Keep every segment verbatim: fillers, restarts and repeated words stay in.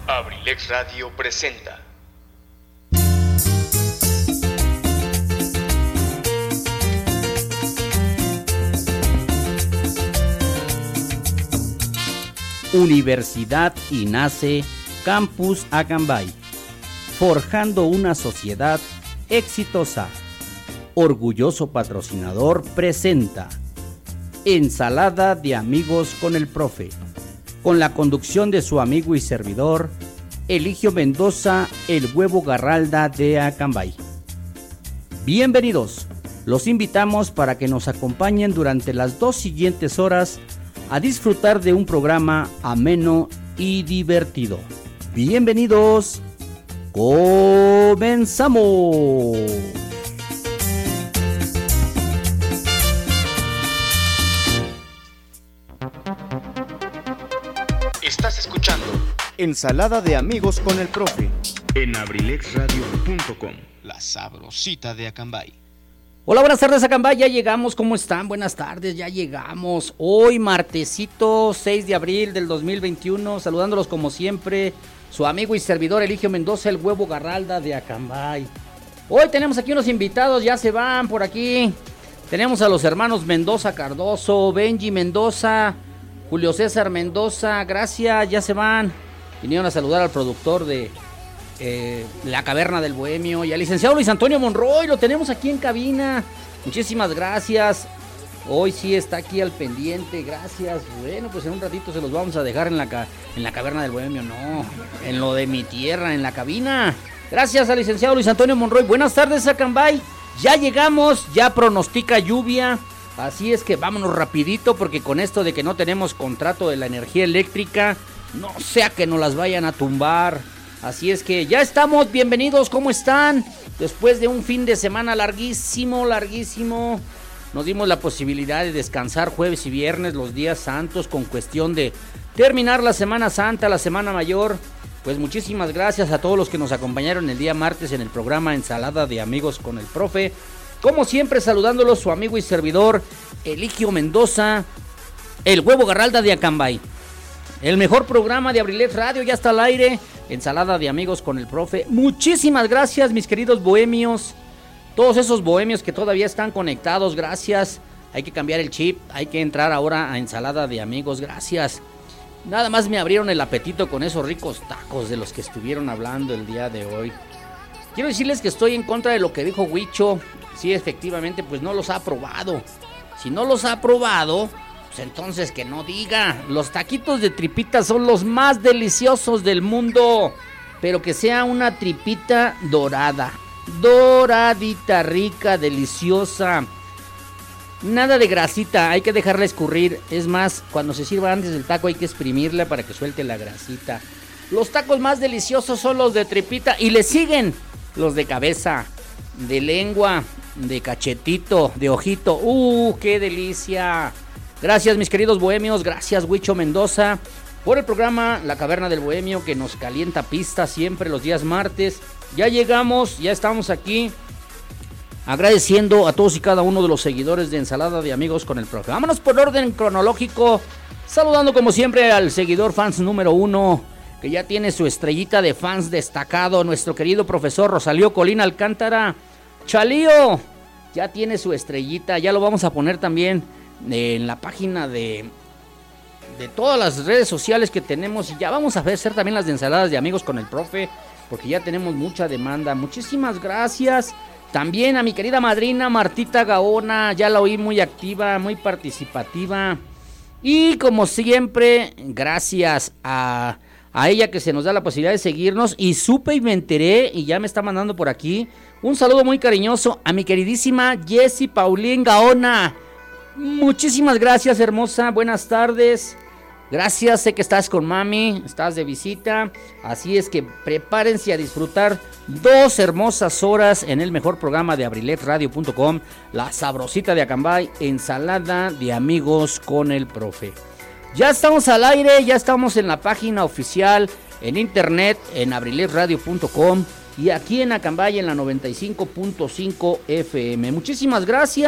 Abrilex Radio presenta Universidad INACE Campus Acambay, forjando una sociedad exitosa. Orgulloso patrocinador presenta Ensalada de Amigos con el Profe, con la conducción de su amigo y servidor Eligio Mendoza, el huevo Garralda de Acambay. Bienvenidos, los invitamos para que nos acompañen durante las dos siguientes horas a disfrutar de un programa ameno y divertido. Bienvenidos, comenzamos. Estás escuchando Ensalada de Amigos con el Profe en abrilex radio punto com, la sabrosita de Acambay. Hola, buenas tardes Acambay, ya llegamos, ¿cómo están? Buenas tardes, ya llegamos. Hoy martesito seis de abril del dos mil veintiuno, saludándolos como siempre, su amigo y servidor Eligio Mendoza, el huevo Garralda de Acambay. Hoy tenemos aquí unos invitados, ya se van por aquí. Tenemos a los hermanos Mendoza Cardoso, Benji Mendoza, Julio César Mendoza, gracias, ya se van. Vinieron a saludar al productor de eh, La Caverna del Bohemio y al licenciado Luis Antonio Monroy, lo tenemos aquí en cabina. Muchísimas gracias. Hoy sí está aquí al pendiente, gracias. Bueno, pues en un ratito se los vamos a dejar en la, ca- en la Caverna del Bohemio, no, en lo de mi tierra, en la cabina. Gracias al licenciado Luis Antonio Monroy. Buenas tardes, Acambay. Ya llegamos, ya pronostica lluvia. Así es que vámonos rapidito, porque con esto de que no tenemos contrato de la energía eléctrica, no sea que nos las vayan a tumbar. Así es que ya estamos, bienvenidos, ¿cómo están? Después de un fin de semana larguísimo, larguísimo, nos dimos la posibilidad de descansar jueves y viernes, los días santos, con cuestión de terminar la Semana Santa, la Semana Mayor. Pues muchísimas gracias a todos los que nos acompañaron el día martes en el programa Ensalada de Amigos con el Profe. Como siempre, saludándolos su amigo y servidor Eligio Mendoza, el huevo Garralda de Acambay. El mejor programa de Abrilex Radio ya está al aire, Ensalada de Amigos con el Profe. Muchísimas gracias, mis queridos bohemios, todos esos bohemios que todavía están conectados, gracias. Hay que cambiar el chip, hay que entrar ahora a Ensalada de Amigos, gracias. Nada más me abrieron el apetito con esos ricos tacos de los que estuvieron hablando el día de hoy. Quiero decirles que estoy en contra de lo que dijo Huicho. Sí, efectivamente, pues no los ha probado. Si no los ha probado, pues entonces que no diga. Los taquitos de tripita son los más deliciosos del mundo, pero que sea una tripita dorada, doradita, rica, deliciosa. Nada de grasita, hay que dejarla escurrir. Es más, cuando se sirva antes del taco hay que exprimirla para que suelte la grasita. Los tacos más deliciosos son los de tripita y le siguen los de cabeza, de lengua, de cachetito, de ojito. ¡Uh, qué delicia! Gracias, mis queridos bohemios. Gracias, Huicho Mendoza, por el programa La Caverna del Bohemio, que nos calienta pista siempre los días martes. Ya llegamos, ya estamos aquí, agradeciendo a todos y cada uno de los seguidores de Ensalada de Amigos con el Profe. Vámonos por orden cronológico, saludando como siempre al seguidor fans número uno, que ya tiene su estrellita de fans destacado, nuestro querido profesor Rosalío Colín Alcántara. Chalío, ya tiene su estrellita, ya lo vamos a poner también en la página de, de todas las redes sociales que tenemos, y ya vamos a hacer también las de Ensaladas de Amigos con el Profe, porque ya tenemos mucha demanda. Muchísimas gracias. También a mi querida madrina Martita Gaona, ya la oí muy activa, muy participativa. Y como siempre, gracias a, a ella que se nos da la posibilidad de seguirnos. Y supe y me enteré, y ya me está mandando por aquí un saludo muy cariñoso a mi queridísima Jessie Paulín Gaona. Muchísimas gracias, hermosa, buenas tardes. Gracias, sé que estás con mami, estás de visita, así es que prepárense a disfrutar dos hermosas horas en el mejor programa de abrilex radio punto com, la sabrosita de Acambay, Ensalada de Amigos con el Profe. Ya estamos al aire, ya estamos en la página oficial, en internet, en abrilex radio punto com y aquí en Acambay en la noventa y cinco punto cinco F M. Muchísimas gracias.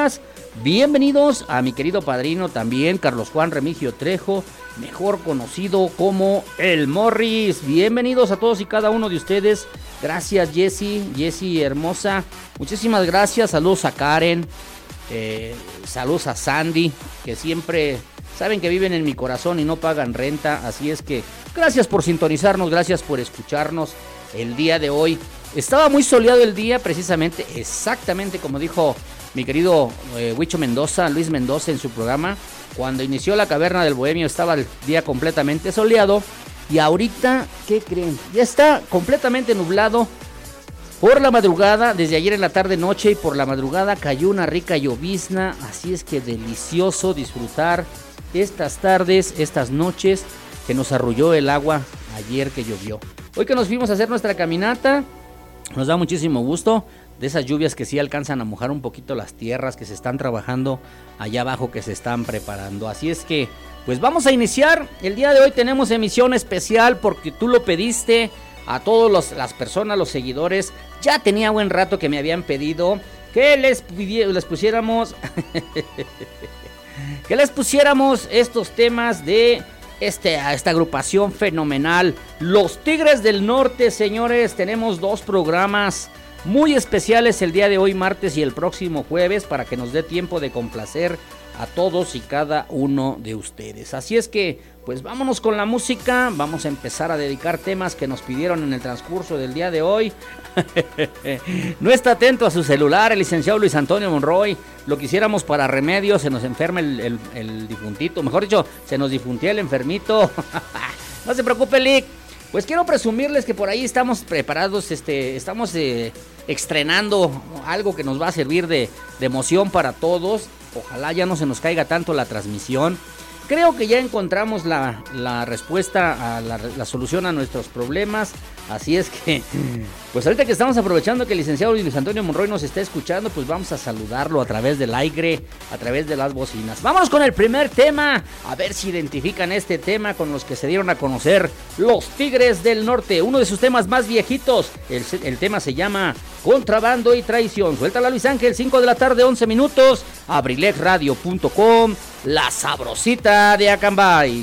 Bienvenidos a mi querido padrino también, Carlos Juan Remigio Trejo, mejor conocido como El Morris. Bienvenidos a todos y cada uno de ustedes. Gracias, Jessy, Jessy hermosa. Muchísimas gracias. Saludos a Karen, eh, saludos a Sandy, que siempre saben que viven en mi corazón y no pagan renta. Así es que gracias por sintonizarnos, gracias por escucharnos el día de hoy. Estaba muy soleado el día, precisamente, exactamente como dijo mi querido eh, Huicho Mendoza, Luis Mendoza en su programa. Cuando inició la Caverna del Bohemio estaba el día completamente soleado. Y ahorita, ¿qué creen? Ya está completamente nublado. Por la madrugada, desde ayer en la tarde noche y por la madrugada cayó una rica llovizna. Así es que delicioso disfrutar estas tardes, estas noches que nos arrulló el agua ayer que llovió. Hoy que nos fuimos a hacer nuestra caminata, nos da muchísimo gusto. De esas lluvias que sí alcanzan a mojar un poquito las tierras que se están trabajando allá abajo, que se están preparando. Así es que, pues vamos a iniciar. El día de hoy tenemos emisión especial porque tú lo pediste. A todas las personas, los seguidores, ya tenía buen rato que me habían pedido que les, les pusiéramos que les pusiéramos estos temas de este, esta agrupación fenomenal, Los Tigres del Norte. Señores, tenemos dos programas muy especiales el día de hoy, martes, y el próximo jueves, para que nos dé tiempo de complacer a todos y cada uno de ustedes. Así es que, pues vámonos con la música. Vamos a empezar a dedicar temas que nos pidieron en el transcurso del día de hoy. No está atento a su celular el licenciado Luis Antonio Monroy. Lo quisiéramos para remedio, se nos enferma el, el, el difuntito. Mejor dicho, se nos difuntía el enfermito. No se preocupe, Lick. Pues quiero presumirles que por ahí estamos preparados, este, estamos eh, estrenando algo que nos va a servir de, de emoción para todos. Ojalá ya no se nos caiga tanto la transmisión. Creo que ya encontramos la, la respuesta, a la, la solución a nuestros problemas. Así es que, pues ahorita que estamos aprovechando que el licenciado Luis Antonio Monroy nos está escuchando, pues vamos a saludarlo a través del aire, a través de las bocinas. Vámonos con el primer tema, a ver si identifican este tema con los que se dieron a conocer Los Tigres del Norte. Uno de sus temas más viejitos, el, el tema se llama Contrabando y Traición. Suéltala, Luis Ángel, cinco de la tarde, once minutos, abrilex radio punto com, la sabrosita de Acambay.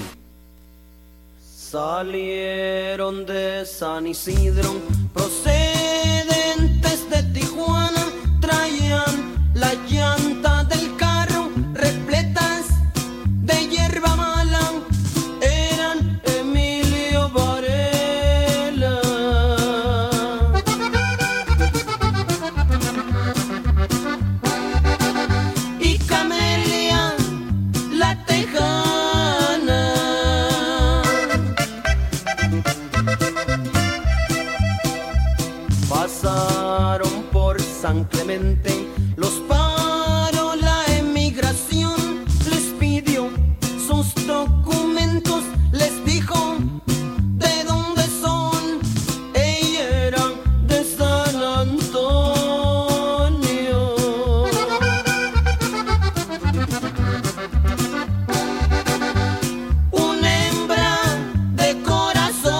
Salieron de San Isidro, procedentes de Tijuana, traían la llanta del carro repletas de hierba mala, eran Emilio Varela. Y Camelia, la tejana. Pasaron por San Clemente, los paró la emigración, les pidió sus documentos, les dijo de dónde son, ella era de San Antonio. Una hembra de corazón,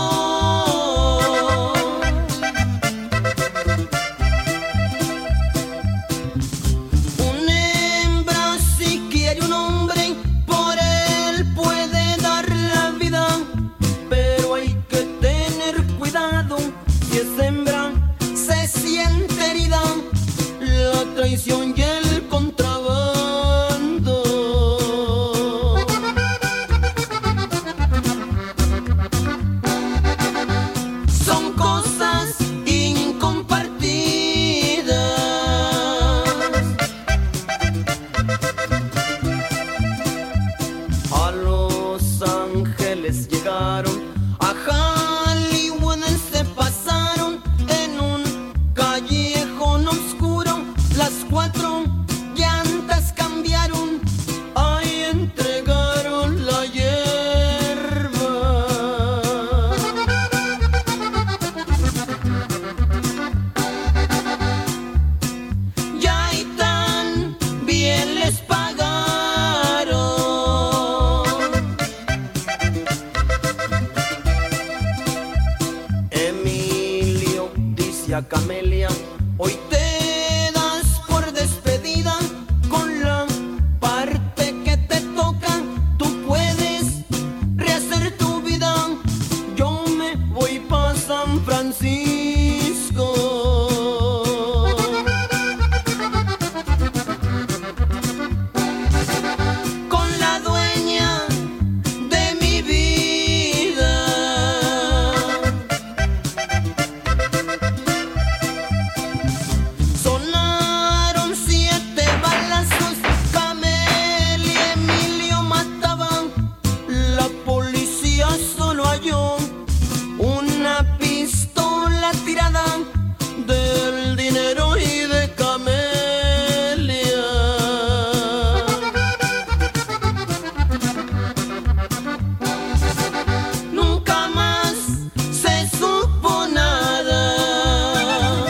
traición y el contrabando. Son cosas incompartidas. A Los Ángeles llegaron, a Hollywood se pasaron en un callejón oscuro. Las cuatro llantas cambiaron, ahí entregaron la hierba. Ya y tan bien les pagaron. Emilio dice a Camelia, hoy te con la Francisco. Con la dueña de mi vida. Sonaron siete balazos, Camel y Emilio mataban. La policía solo halló una pistola tirada del dinero y de Camelia. Nunca más se supo nada.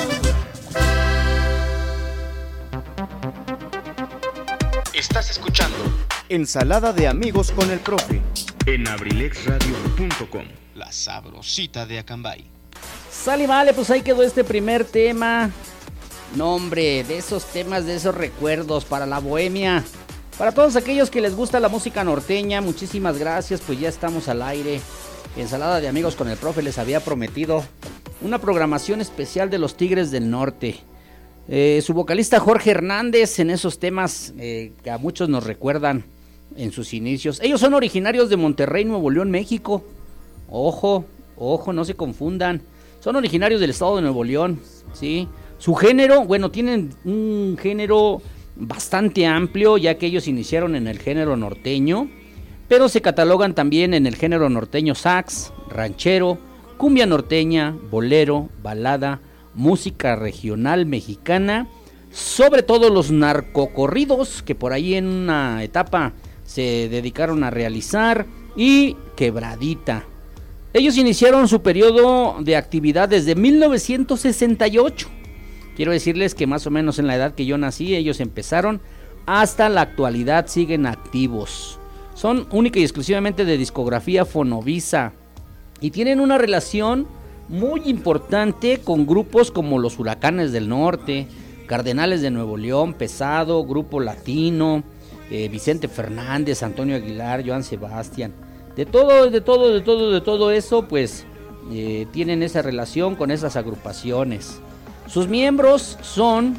Estás escuchando Ensalada de amigos con el profe. en abrilexradio punto com, la sabrosita de Acambay. Sale y vale, pues ahí quedó este primer tema. No, hombre, de esos temas, de esos recuerdos para la bohemia. Para todos aquellos que les gusta la música norteña, muchísimas gracias, pues ya estamos al aire. Ensalada de amigos con el profe les había prometido una programación especial de los Tigres del Norte. Eh, su vocalista Jorge Hernández en esos temas eh, que a muchos nos recuerdan en sus inicios. Ellos son originarios de Monterrey, Nuevo León, México. Ojo, ojo, no se confundan. Son originarios del estado de Nuevo León, ¿sí? Su género, bueno, tienen un género bastante amplio, ya que ellos iniciaron en el género norteño, pero se catalogan también en el género norteño sax, ranchero, cumbia norteña, bolero, balada, música regional mexicana, sobre todo los narcocorridos que por ahí en una etapa se dedicaron a realizar, y quebradita. Ellos iniciaron su periodo de actividad desde mil novecientos sesenta y ocho. Quiero decirles que más o menos en la edad que yo nací, ellos empezaron, hasta la actualidad siguen activos. Son única y exclusivamente de discografía Fonovisa y tienen una relación muy importante con grupos como los Huracanes del Norte, Cardenales de Nuevo León, Pesado, Grupo Latino, eh, Vicente Fernández, Antonio Aguilar, Joan Sebastián. De todo, de todo, de todo, de todo eso, pues eh, tienen esa relación con esas agrupaciones. Sus miembros son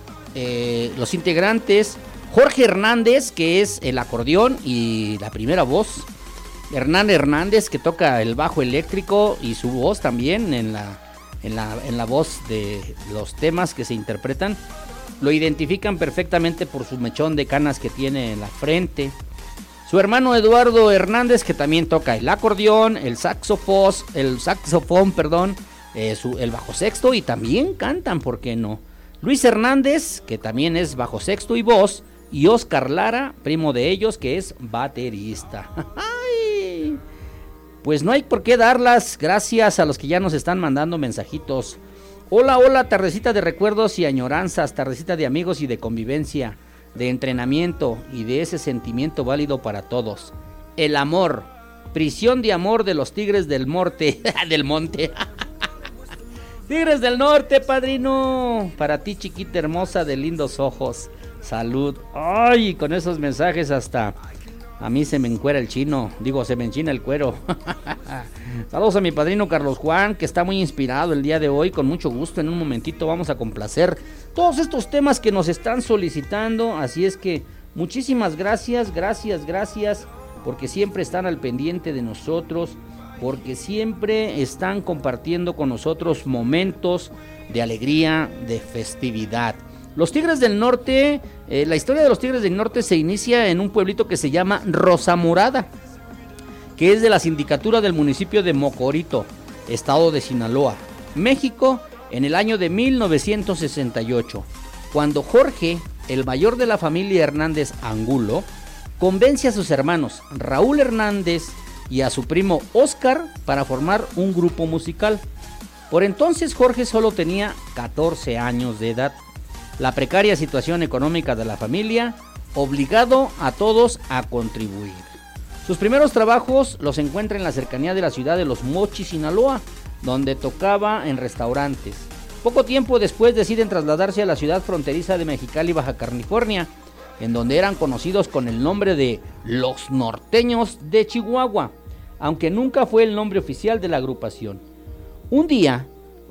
eh, los integrantes Jorge Hernández, que es el acordeón y la primera voz, Hernán Hernández, que toca el bajo eléctrico y su voz también en la, en la, en la voz de los temas que se interpretan. Lo identifican perfectamente por su mechón de canas que tiene en la frente. Su hermano Eduardo Hernández, que también toca el acordeón, el saxofón, el saxofón, perdón, eh, su, el bajo sexto, y también cantan, ¿por qué no? Luis Hernández, que también es bajo sexto y voz, y Oscar Lara, primo de ellos, que es baterista. ¡Ay! Pues no hay por qué dar las gracias a los que ya nos están mandando mensajitos. Hola, hola, tardecita de recuerdos y añoranzas, tardecita de amigos y de convivencia, de entrenamiento y de ese sentimiento válido para todos. El amor, prisión de amor de los Tigres del Norte, del Monte. Tigres del Norte, padrino, para ti, chiquita hermosa de lindos ojos. Salud. Ay, con esos mensajes hasta a mí se me encuera el chino, digo, se me enchina el cuero. Saludos a mi padrino Carlos Juan, que está muy inspirado el día de hoy. Con mucho gusto, en un momentito vamos a complacer todos estos temas que nos están solicitando. Así es que muchísimas gracias, gracias, gracias, porque siempre están al pendiente de nosotros, porque siempre están compartiendo con nosotros momentos de alegría, de festividad. Los Tigres del Norte, eh, la historia de los Tigres del Norte se inicia en un pueblito que se llama Rosamorada, que es de la sindicatura del municipio de Mocorito, estado de Sinaloa, México, en el año de mil novecientos sesenta y ocho, cuando Jorge, el mayor de la familia Hernández Angulo, convence a sus hermanos Raúl Hernández y a su primo Oscar para formar un grupo musical. Por entonces Jorge solo tenía catorce años de edad. La precaria situación económica de la familia obligado a todos a contribuir. Sus primeros trabajos los encuentra en la cercanía de la ciudad de Los Mochis, Sinaloa, donde tocaba en restaurantes. Poco tiempo después deciden trasladarse a la ciudad fronteriza de Mexicali, Baja California, en donde eran conocidos con el nombre de Los Norteños de Chihuahua, aunque nunca fue el nombre oficial de la agrupación. Un día,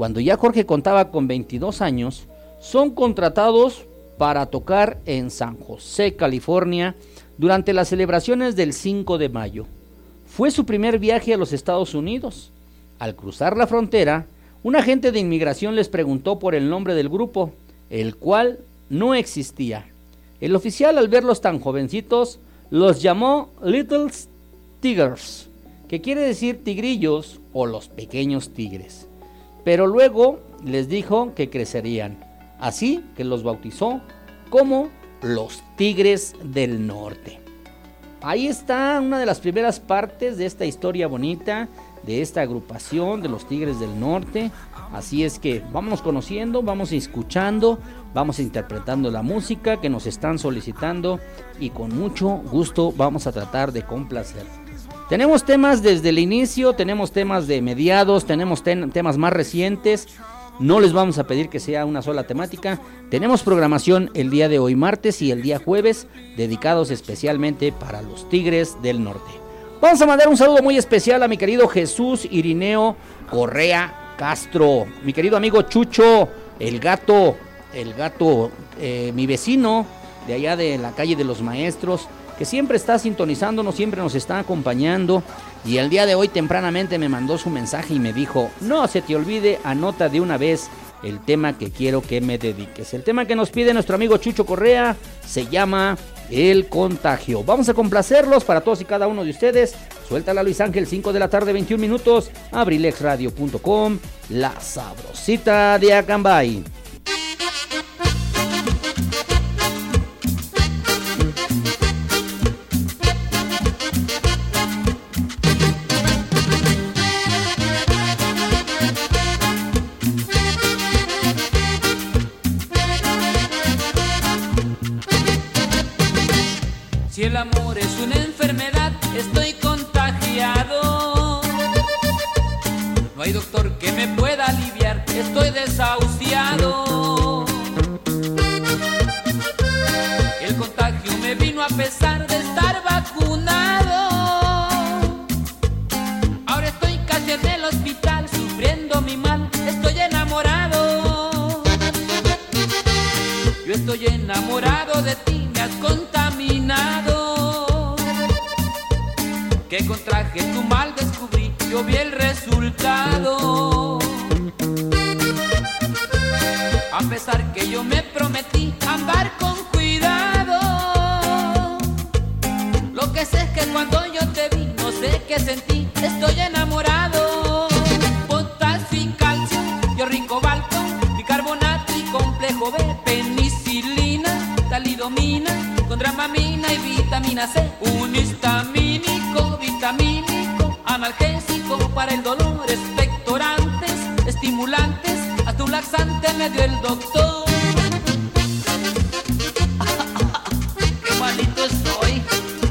Cuando ya Jorge contaba con veintidós años, son contratados para tocar en San José, California, durante las celebraciones del cinco de mayo. Fue su primer viaje a los Estados Unidos. Al cruzar la frontera, un agente de inmigración les preguntó por el nombre del grupo, el cual no existía. El oficial, al verlos tan jovencitos, los llamó Little Tigers, que quiere decir tigrillos o los pequeños tigres. Pero luego les dijo que crecerían, así que los bautizó como los Tigres del Norte. Ahí está una de las primeras partes de esta historia bonita, de esta agrupación de los Tigres del Norte. Así es que vámonos conociendo, vamos escuchando, vamos interpretando la música que nos están solicitando y con mucho gusto vamos a tratar de complacer. Tenemos temas desde el inicio, tenemos temas de mediados, tenemos ten- temas más recientes. No les vamos a pedir que sea una sola temática. Tenemos programación el día de hoy martes y el día jueves dedicados especialmente para los Tigres del Norte. Vamos a mandar un saludo muy especial a mi querido Jesús Irineo Correa Castro, mi querido amigo Chucho, el gato, el gato, eh, mi vecino de allá de la calle de los Maestros, que siempre está sintonizándonos, siempre nos está acompañando. Y el día de hoy tempranamente me mandó su mensaje y me dijo, no se te olvide, anota de una vez el tema que quiero que me dediques. El tema que nos pide nuestro amigo Chucho Correa se llama El Contagio. Vamos a complacerlos para todos y cada uno de ustedes. Suéltala Luis Ángel, cinco de la tarde, veintiún minutos, abrilexradio punto com, la sabrosita de Acambay. Si el amor es una enfermedad, estoy contagiado. No hay doctor que me pueda aliviar, estoy desahuciado. El contagio me vino a pesar de estar vacunado. Ahora estoy casi en el hospital, sufriendo mi mal, estoy enamorado. Yo estoy enamorado de ti, me has contaminado. Que contraje tu mal descubrí, yo vi el resultado. A pesar que yo me prometí andar con cuidado, lo que sé es que cuando yo te vi, no sé qué sentí, estoy enamorado. Potasio y calcio, yo ricobalto, bicarbonato y complejo B, penicilina, talidomina, con dramamina y vitamina C, un histamínico, vitamínico, analgésico para el dolor, expectorantes, estimulantes, hasta un laxante me dio el doctor. ¡Qué malito estoy!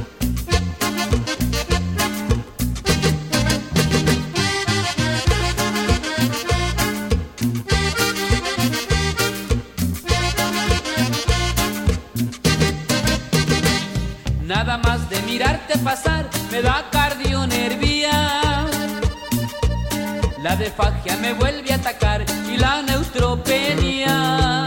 Nada más de mirarte pasar me da cardionervia. La defagia me vuelve a atacar y la neutropenia.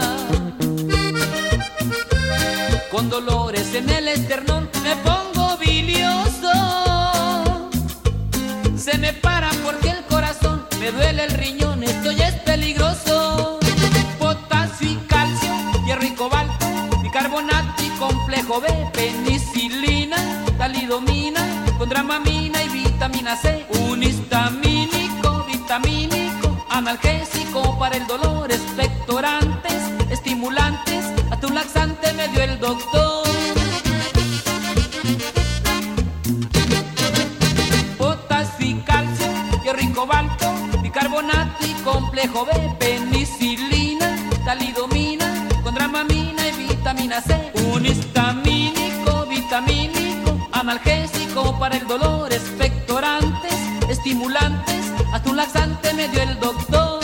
Con dolores en el esternón me pongo bilioso. Se me para porque el corazón me duele el riñón, esto ya es peligroso. Potasio y calcio, hierro y cobalto, bicarbonato y complejo B, penicilina, talidomina, con dramamina y vitamina C, un histamínico, vitamínico, analgésico para el dolor, expectorantes, estimulantes, hasta un laxante me dio el doctor. Potasio y calcio, hierro y cobalto, bicarbonato y complejo B, penicilina, talidomina, con dramamina y vitamina C, un histamínico, vitamínico, analgésico para el dolor, expectorantes, estimulantes, hasta un laxante me dio el doctor.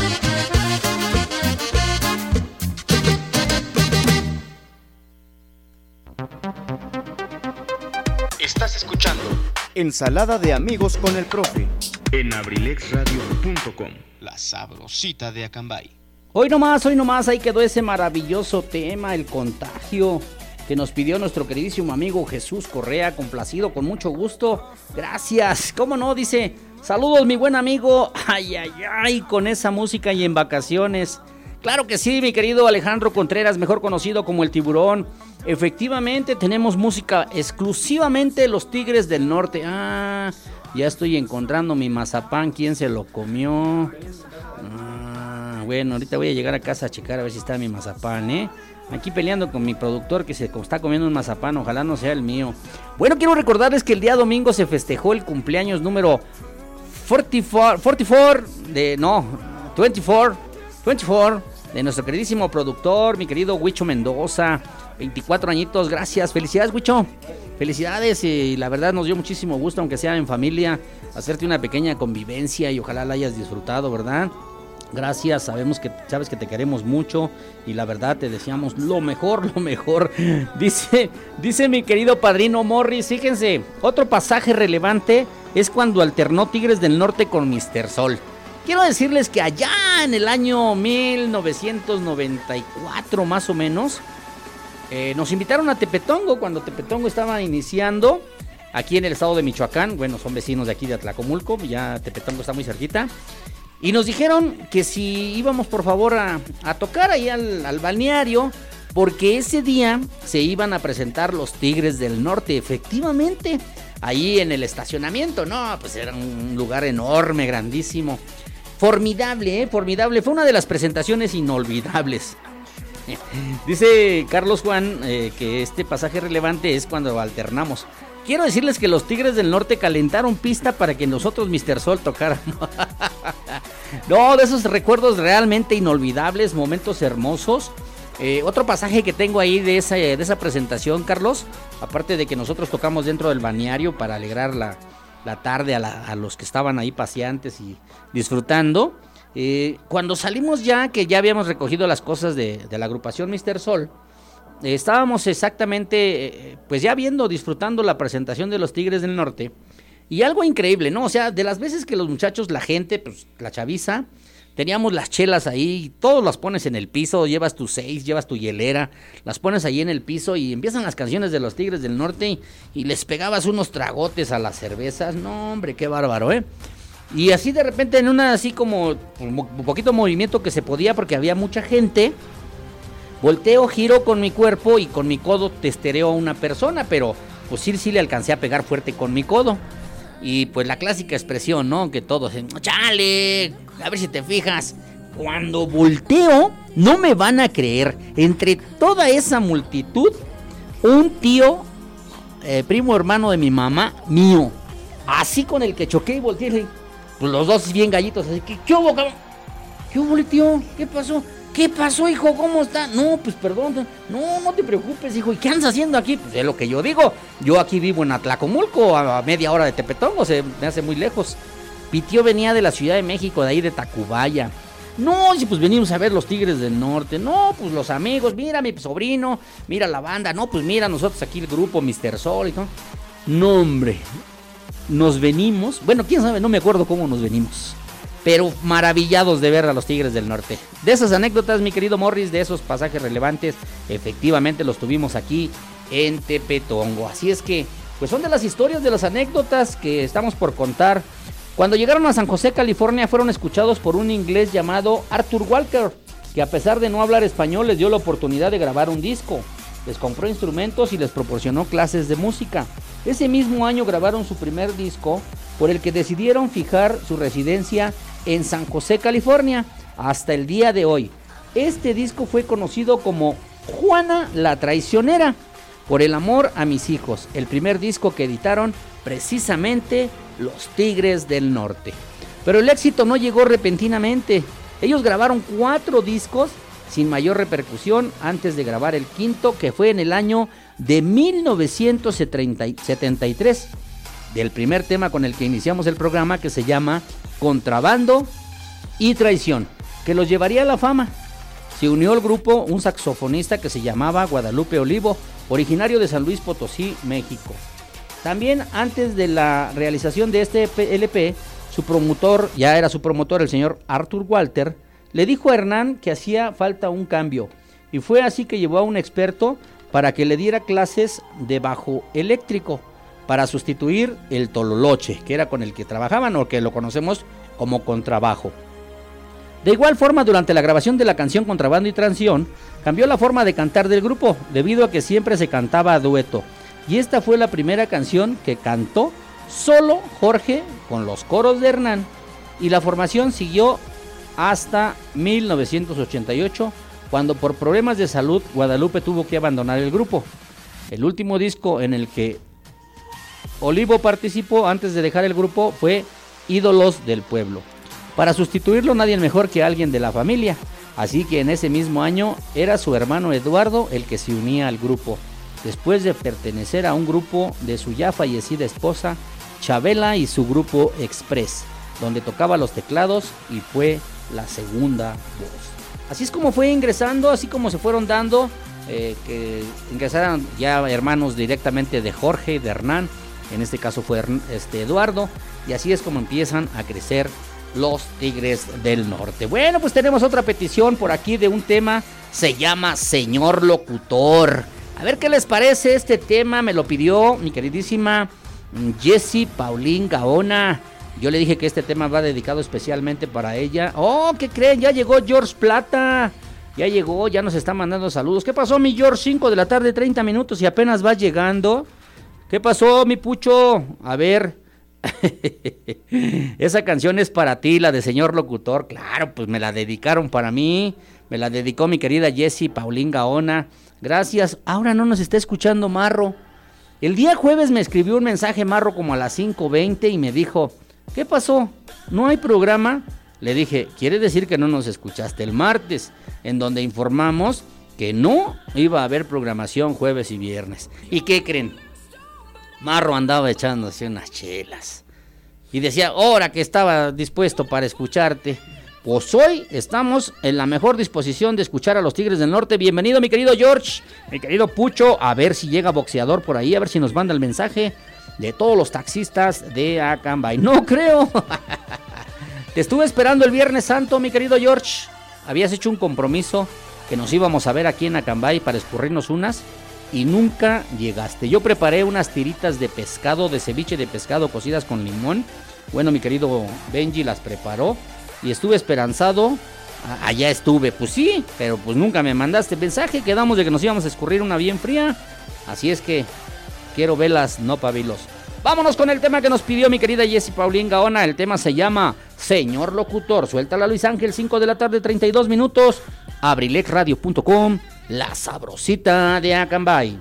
Estás escuchando Ensalada de amigos con el profe. en abrilexradio punto com, la la sabrosita de Acambay. Hoy nomás, hoy nomás, ahí quedó ese maravilloso tema, el contagio, que nos pidió nuestro queridísimo amigo Jesús Correa, complacido, con mucho gusto. Gracias. ¿Cómo no? Dice, saludos mi buen amigo. Ay, ay, ay, con esa música y en vacaciones. Claro que sí, mi querido Alejandro Contreras, mejor conocido como El Tiburón. Efectivamente, tenemos música exclusivamente de los Tigres del Norte. Ah, ya estoy encontrando mi mazapán. ¿Quién se lo comió? Ah, bueno, ahorita voy a llegar a casa a checar a ver si está mi mazapán, ¿eh? Aquí peleando con mi productor que se está comiendo un mazapán, ojalá no sea el mío. Bueno, quiero recordarles que el día domingo se festejó el cumpleaños número cuarenta y cuatro, cuarenta y cuatro de, no, veinticuatro, veinticuatro de nuestro queridísimo productor, mi querido Huicho Mendoza, veinticuatro añitos, gracias, felicidades Huicho, felicidades y la verdad nos dio muchísimo gusto, aunque sea en familia, hacerte una pequeña convivencia y ojalá la hayas disfrutado, ¿verdad? Gracias, sabemos que sabes que te queremos mucho y la verdad te deseamos lo mejor, lo mejor. Dice, dice mi querido padrino Morris, fíjense, otro pasaje relevante es cuando alternó Tigres del Norte con míster Sol. Quiero decirles que allá en el año mil novecientos noventa y cuatro más o menos, eh, nos invitaron a Tepetongo cuando Tepetongo estaba iniciando aquí en el estado de Michoacán. Bueno, son vecinos de aquí de Atlacomulco, ya Tepetongo está muy cerquita. Y nos dijeron que si íbamos por favor a, a tocar ahí al, al balneario, porque ese día se iban a presentar los Tigres del Norte, efectivamente, ahí en el estacionamiento, no, pues era un lugar enorme, grandísimo, formidable, ¿eh? Formidable, fue una de las presentaciones inolvidables. Dice Carlos Juan eh, que este pasaje relevante es cuando alternamos. Quiero decirles que los Tigres del Norte calentaron pista para que nosotros míster Sol tocáramos. No, de esos recuerdos realmente inolvidables, momentos hermosos. Eh, otro pasaje que tengo ahí de esa, de esa presentación, Carlos, aparte de que nosotros tocamos dentro del balneario para alegrar la, la tarde a, la, a los que estaban ahí paseantes y disfrutando. Eh, cuando salimos ya, que ya habíamos recogido las cosas de, de la agrupación míster Sol, eh, estábamos exactamente, eh, pues ya viendo, disfrutando la presentación de los Tigres del Norte. Y algo increíble, ¿no? O sea, de las veces que los muchachos, la gente, pues la chaviza, teníamos las chelas ahí, todos las pones en el piso, llevas tus seis, llevas tu hielera, las pones ahí en el piso y empiezan las canciones de los Tigres del Norte y, y les pegabas unos tragotes a las cervezas. No, hombre, qué bárbaro, ¿eh? Y así de repente en una así como un poquito movimiento que se podía porque había mucha gente, volteo, giro con mi cuerpo y con mi codo testereo a una persona, pero pues sí, sí le alcancé a pegar fuerte con mi codo. Y pues la clásica expresión, ¿no? Que todos, chale, a ver si te fijas. Cuando volteo, no me van a creer. Entre toda esa multitud, un tío, eh, primo hermano de mi mamá, mío. Así con el que choqué y volteé. Pues los dos bien gallitos, así que, ¿qué hubo, cabrón? ¿Qué hubo, tío? ¿Qué pasó? ¿Qué pasó, hijo? ¿Cómo está? No, pues perdón. No, no te preocupes, hijo. ¿Y qué andas haciendo aquí? Pues es lo que yo digo. Yo aquí vivo en Atlacomulco, a media hora de Tepetongo, se me hace muy lejos. Mi tío venía de la Ciudad de México, de ahí de Tacubaya. No, pues venimos a ver los Tigres del Norte. No, pues los amigos, mira mi sobrino, mira la banda. No, pues mira nosotros aquí el grupo míster Sol y todo. No, hombre, nos venimos. Bueno, quién sabe, no me acuerdo cómo nos venimos. Pero maravillados de ver a los Tigres del Norte. De esas anécdotas, mi querido Morris, de esos pasajes relevantes, efectivamente los tuvimos aquí en Tepetongo. Así es que, pues son de las historias, de las anécdotas que estamos por contar. Cuando llegaron a San José, California, fueron escuchados por un inglés llamado Arthur Walker, que a pesar de no hablar español, les dio la oportunidad de grabar un disco. Les compró instrumentos y les proporcionó clases de música. Ese mismo año grabaron su primer disco, por el que decidieron fijar su residencia en San José, California, hasta el día de hoy. Este disco fue conocido como Juana la Traicionera, por el amor a mis hijos, el primer disco que editaron precisamente los Tigres del Norte. Pero el éxito no llegó repentinamente. Ellos grabaron cuatro discos sin mayor repercusión antes de grabar el quinto, que fue en el año de mil novecientos setenta y tres, del primer tema con el que iniciamos el programa, que se llama Contrabando y Traición, que los llevaría a la fama. Se unió al grupo un saxofonista que se llamaba Guadalupe Olivo, originario de San Luis Potosí, México. También antes de la realización de este L P, su promotor, ya era su promotor, el señor Arthur Walter, le dijo a Hernán que hacía falta un cambio. Y fue así que llevó a un experto para que le diera clases de bajo eléctrico, para sustituir el tololoche, que era con el que trabajaban o que lo conocemos como contrabajo. De igual forma, durante la grabación de la canción Contrabando y Traición, cambió la forma de cantar del grupo, debido a que siempre se cantaba a dueto. Y esta fue la primera canción que cantó solo Jorge con los coros de Hernán. Y la formación siguió hasta mil novecientos ochenta y ocho, cuando por problemas de salud Guadalupe tuvo que abandonar el grupo. El último disco en el que Olivo participó antes de dejar el grupo fue Ídolos del Pueblo. Para sustituirlo nadie mejor que alguien de la familia, así que en ese mismo año era su hermano Eduardo el que se unía al grupo, después de pertenecer a un grupo de su ya fallecida esposa Chabela y su grupo Express, donde tocaba los teclados y fue la segunda voz. Así es como fue ingresando, así como se fueron dando, eh, que ingresaran ya hermanos directamente de Jorge y de Hernán, en este caso fue este Eduardo, y así es como empiezan a crecer los Tigres del Norte. Bueno, pues tenemos otra petición por aquí de un tema, se llama Señor Locutor. A ver qué les parece este tema, me lo pidió mi queridísima Jessie Paulín Gaona. Yo le dije que este tema va dedicado especialmente para ella. Oh, ¿qué creen? Ya llegó George Plata. Ya llegó, ya nos está mandando saludos. ¿Qué pasó, mi George? cinco de la tarde, treinta minutos y apenas va llegando. ¿Qué pasó, mi Pucho? A ver. Esa canción es para ti, la de Señor Locutor. Claro, pues me la dedicaron para mí. Me la dedicó mi querida Jessie Paulín Gaona. Gracias. Ahora no nos está escuchando Marro. El día jueves me escribió un mensaje Marro como a las cinco veinte y me dijo: ¿qué pasó? ¿No hay programa? Le dije: quiere decir que no nos escuchaste el martes, en donde informamos que no iba a haber programación jueves y viernes. ¿Y qué creen? Marro andaba echándose unas chelas y decía, ahora que estaba dispuesto para escucharte. Pues hoy estamos en la mejor disposición de escuchar a los Tigres del Norte. Bienvenido, mi querido George, mi querido Pucho. A ver si llega boxeador por ahí, a ver si nos manda el mensaje de todos los taxistas de Acambay. No creo. Te estuve esperando el Viernes Santo, mi querido George. Habías hecho un compromiso que nos íbamos a ver aquí en Acambay para escurrirnos unas y nunca llegaste. Yo preparé unas tiritas de pescado, de ceviche de pescado cocidas con limón. Bueno, mi querido Benji las preparó y estuve esperanzado. Allá estuve, pues sí, pero pues nunca me mandaste mensaje. Quedamos de que nos íbamos a escurrir una bien fría. Así es que quiero velas, no pabilos. Vámonos con el tema que nos pidió mi querida Jessie Paulín Gaona. El tema se llama Señor Locutor. Suéltala, Luis Ángel, cinco de la tarde, treinta y dos minutos. Abrilex radio punto com, la sabrosita de Acambay.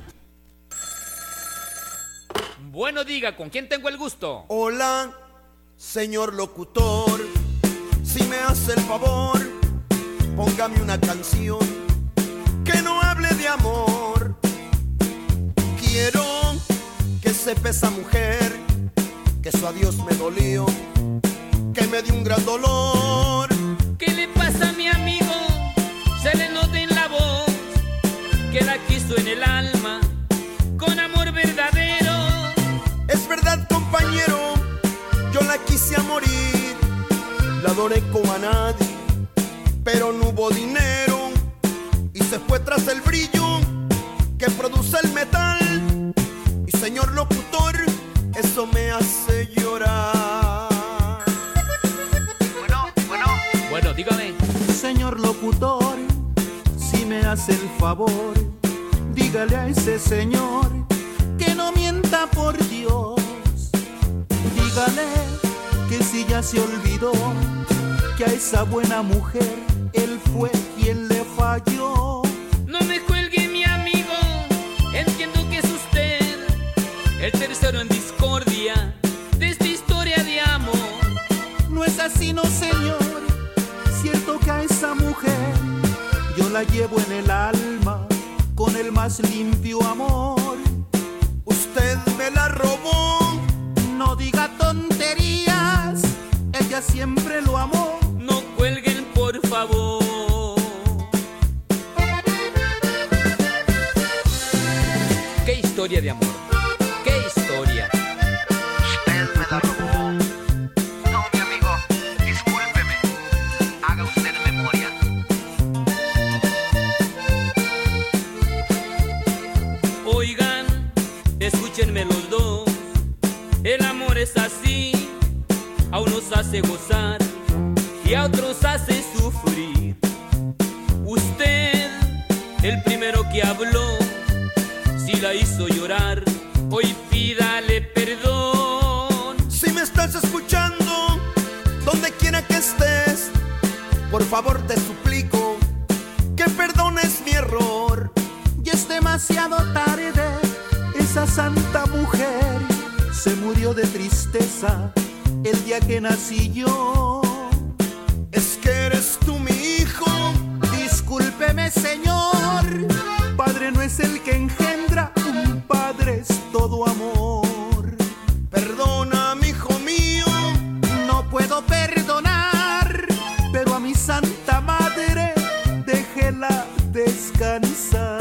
Bueno, diga, ¿con quién tengo el gusto? Hola, señor locutor, si me hace el favor, póngame una canción que no hable de amor. Quiero que sepa esa mujer que su adiós me dolió, que me dio un gran dolor. ¿Qué le pasa a mi amigo? Se le nota en la voz que la quiso en el alma con amor verdadero. Es verdad, compañero, yo la quise a morir, la adoré como a nadie, pero no hubo dinero y se fue tras el brillo que produce el metal. Y señor locutor, eso me hace llorar. Bueno, bueno. Bueno, dígame. Señor locutor, si me hace el favor, dígale a ese señor que no mienta por Dios. Dígale que si ya se olvidó que a esa buena mujer él fue quien le falló. No me cuelgue, mi amigo, entiendo que es usted el tercero en discordia de esta historia de amor. No es así, no señor, cierto que a esa mujer yo la llevo en el alma con el más limpio amor. Usted me la robó. No diga tonterías, ella siempre lo amó. No cuelguen, por favor. ¿Qué historia de amor? ¿Qué historia? Usted me la robó. No, mi amigo. y a otros hace sufrir. Usted, el primero que habló, si la hizo llorar, hoy pídale perdón. Si me estás escuchando, donde quiera que estés, por favor te suplico que perdones mi error. Y es demasiado tarde, esa santa mujer se murió de tristeza el día que nací yo. Es que eres tú mi hijo. Discúlpeme, señor, padre no es el que engendra, un padre es todo amor. Perdona, mi hijo mío. No puedo perdonar, pero a mi santa madre déjela descansar.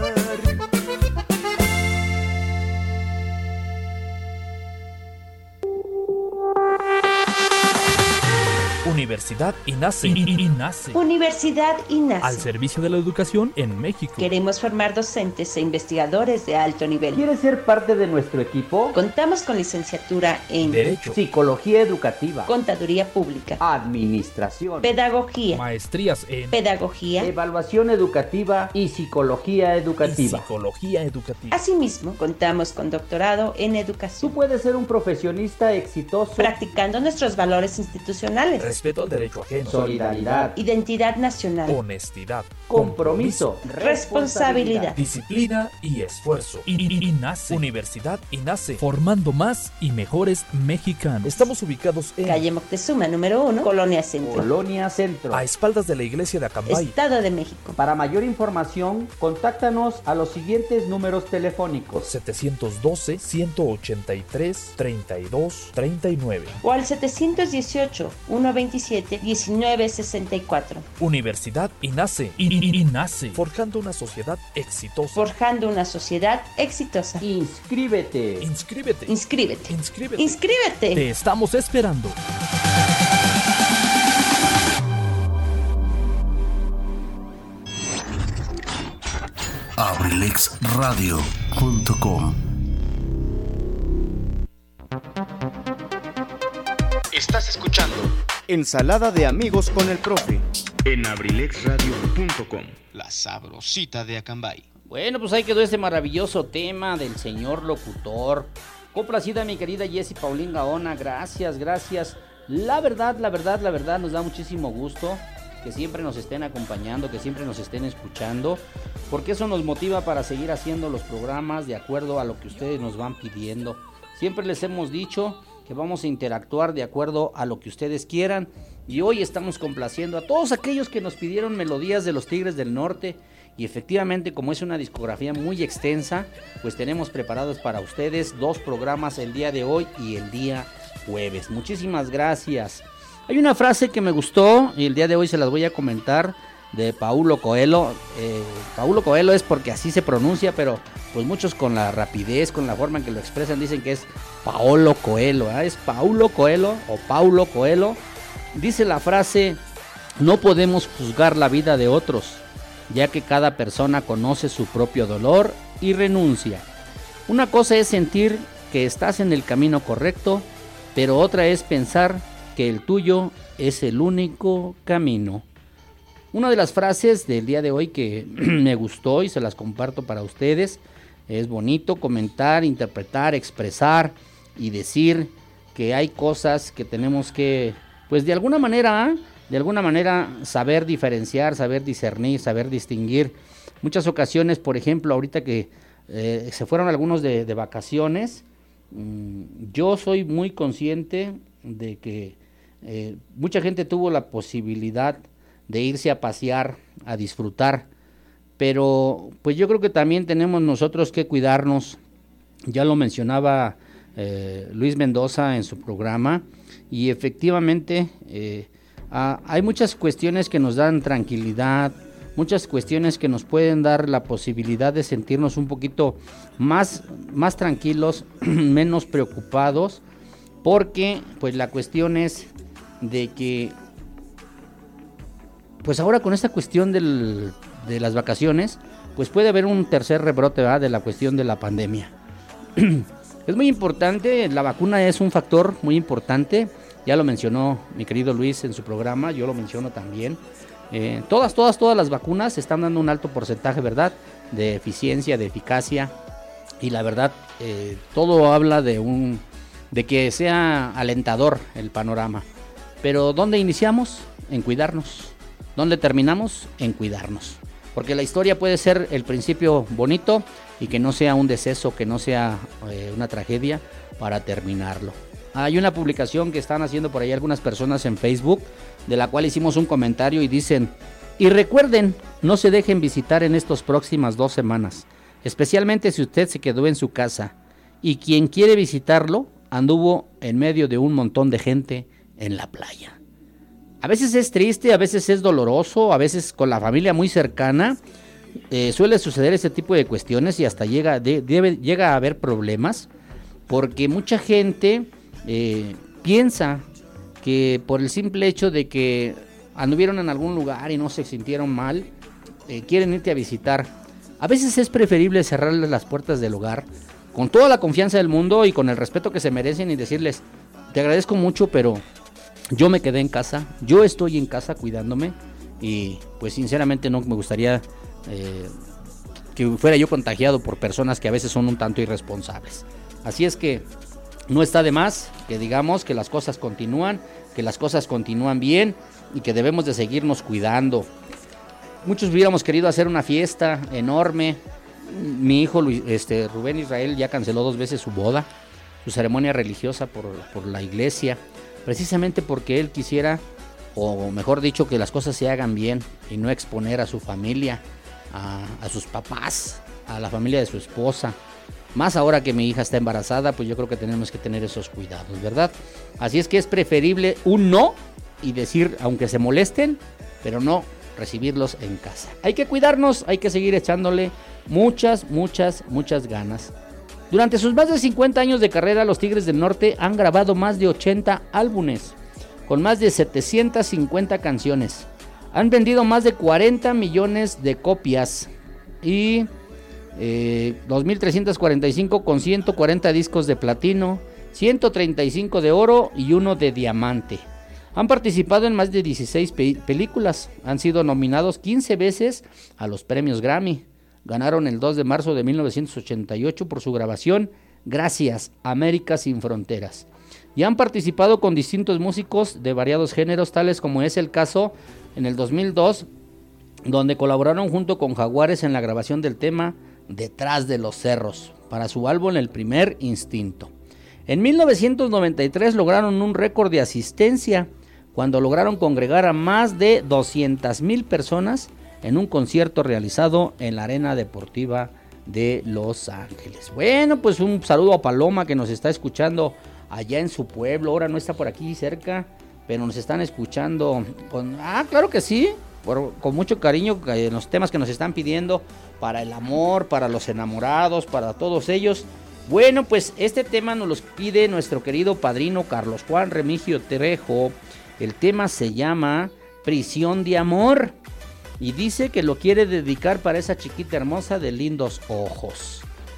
Universidad INACE. INACE. Universidad INACE. Al servicio de la educación en México. Queremos formar docentes e investigadores de alto nivel. ¿Quieres ser parte de nuestro equipo? Contamos con licenciatura en Derecho, Psicología Educativa, Contaduría Pública, Administración, Pedagogía, maestrías en Pedagogía, Evaluación Educativa y Psicología y Educativa. Psicología Educativa. Asimismo, contamos con doctorado en Educación. Tú puedes ser un profesionista exitoso Practicando nuestros valores institucionales. Respeto al derecho ajeno. solidaridad, Identidad nacional. Honestidad. compromiso, Responsabilidad. Disciplina y esfuerzo. INACE. Universidad INACE. Formando más y mejores mexicanos. Estamos ubicados en Calle Moctezuma, número uno, Colonia Centro, Colonia Centro. a espaldas de la iglesia de Acambay. Estado de México. Para mayor información, contáctanos a los siguientes números telefónicos: setecientos doce, ciento ochenta y tres, treinta y dos, treinta y nueve. O al setecientos dieciocho, ciento veintisiete, diecinueve sesenta y cuatro. Universidad INACE. INACE. Forjando una sociedad exitosa. Forjando una sociedad exitosa. Inscríbete. Inscríbete. Inscríbete. Inscríbete. Inscríbete. Te estamos esperando. Abrilex Radio punto com. Estás escuchando Ensalada de amigos con el profe. en abrileix radio punto com, la sabrosita de Acambay. Bueno, pues ahí quedó este maravilloso tema del señor locutor. Complacida mi querida Jessie Paulín Gaona, gracias, gracias. La verdad, la verdad, la verdad, nos da muchísimo gusto que siempre nos estén acompañando, que siempre nos estén escuchando, porque eso nos motiva para seguir haciendo los programas de acuerdo a lo que ustedes nos van pidiendo. Siempre les hemos dicho que vamos a interactuar de acuerdo a lo que ustedes quieran, y hoy estamos complaciendo a todos aquellos que nos pidieron melodías de los Tigres del Norte. Y efectivamente, como es una discografía muy extensa, pues tenemos preparados para ustedes dos programas el día de hoy y el día jueves. Muchísimas gracias. Hay una frase que me gustó y el día de hoy se las voy a comentar, de Paulo Coelho. Eh, Paulo Coelho es porque así se pronuncia, pero pues muchos con la rapidez, con la forma en que lo expresan, dicen que es Paolo Coelho, ¿eh? Es Paulo Coelho o Paulo Coelho. Dice la frase: no podemos juzgar la vida de otros, ya que cada persona conoce su propio dolor y renuncia. Una cosa es sentir que estás en el camino correcto, pero otra es pensar que el tuyo es el único camino. Una de las frases del día de hoy que me gustó y se las comparto para ustedes. Es bonito comentar, interpretar, expresar y decir que hay cosas que tenemos que, pues de alguna manera, de alguna manera saber diferenciar, saber discernir, saber distinguir. Muchas ocasiones, por ejemplo, ahorita que eh, se fueron algunos de, de vacaciones, mmm, yo soy muy consciente de que eh, mucha gente tuvo la posibilidad de irse a pasear, a disfrutar, pero pues yo creo que también tenemos nosotros que cuidarnos. Ya lo mencionaba eh, Luis Mendoza en su programa, y efectivamente eh, ah, hay muchas cuestiones que nos dan tranquilidad, muchas cuestiones que nos pueden dar la posibilidad de sentirnos un poquito más, más tranquilos, menos preocupados, porque pues la cuestión es de que pues ahora con esta cuestión del, de las vacaciones, pues puede haber un tercer rebrote, ¿verdad?, de la cuestión de la pandemia. Es muy importante, la vacuna es un factor muy importante, ya lo mencionó mi querido Luis en su programa, yo lo menciono también. Eh, todas, todas, todas las vacunas están dando un alto porcentaje, ¿verdad?, de eficiencia, de eficacia, y la verdad, eh, todo habla de un, de que sea alentador el panorama. Pero ¿dónde iniciamos? En cuidarnos. ¿Dónde terminamos? En cuidarnos. Porque la historia puede ser el principio bonito y que no sea un deceso, que no sea eh, una tragedia para terminarlo. Hay una publicación que están haciendo por ahí algunas personas en Facebook, de la cual hicimos un comentario y dicen: y recuerden, no se dejen visitar en estas próximas dos semanas, especialmente si usted se quedó en su casa y quien quiere visitarlo anduvo en medio de un montón de gente en la playa. A veces es triste, a veces es doloroso, a veces con la familia muy cercana eh, suele suceder ese tipo de cuestiones y hasta llega, de, debe, llega a haber problemas, porque mucha gente eh, piensa que por el simple hecho de que anduvieron en algún lugar y no se sintieron mal, eh, quieren irte a visitar. A veces es preferible cerrarles las puertas del hogar con toda la confianza del mundo y con el respeto que se merecen y decirles: te agradezco mucho, pero yo me quedé en casa, yo estoy en casa cuidándome y pues sinceramente no me gustaría eh, que fuera yo contagiado por personas que a veces son un tanto irresponsables. Así es que no está de más que digamos que las cosas continúan, que las cosas continúan bien y que debemos de seguirnos cuidando. Muchos hubiéramos querido hacer una fiesta enorme. Mi hijo Luis, este, Rubén Israel ya canceló dos veces su boda, su ceremonia religiosa por, por la iglesia, precisamente porque él quisiera, o mejor dicho, que las cosas se hagan bien y no exponer a su familia, a, a sus papás, a la familia de su esposa. Más ahora que mi hija está embarazada, pues yo creo que tenemos que tener esos cuidados, ¿verdad? Así es que es preferible un no y decir, aunque se molesten, pero no recibirlos en casa. Hay que cuidarnos, hay que seguir echándole muchas, muchas, muchas ganas. Durante sus más de cincuenta años de carrera, los Tigres del Norte han grabado más de ochenta álbumes, con más de setecientas cincuenta canciones. Han vendido más de cuarenta millones de copias y eh, dos mil trescientos cuarenta y cinco con ciento cuarenta discos de platino, ciento treinta y cinco de oro y uno de diamante. Han participado en más de dieciséis pe- películas, han sido nominados quince veces a los premios Grammy. Ganaron el dos de marzo de mil novecientos ochenta y ocho por su grabación Gracias, América sin Fronteras. Y han participado con distintos músicos de variados géneros, tales como es el caso en el dos mil dos, donde colaboraron junto con Jaguares en la grabación del tema Detrás de los Cerros, para su álbum El Primer Instinto. En mil novecientos noventa y tres lograron un récord de asistencia, cuando lograron congregar a más de doscientas mil personas en un concierto realizado en la Arena Deportiva de Los Ángeles. Bueno, pues un saludo a Paloma, que nos está escuchando allá en su pueblo. Ahora no está por aquí cerca, pero nos están escuchando con... Ah, claro que sí, por, con mucho cariño en los temas que nos están pidiendo para el amor, para los enamorados, para todos ellos. Bueno, pues este tema nos los pide nuestro querido padrino Carlos Juan Remigio Trejo. El tema se llama Prisión de Amor. Y dice que lo quiere dedicar para esa chiquita hermosa de lindos ojos.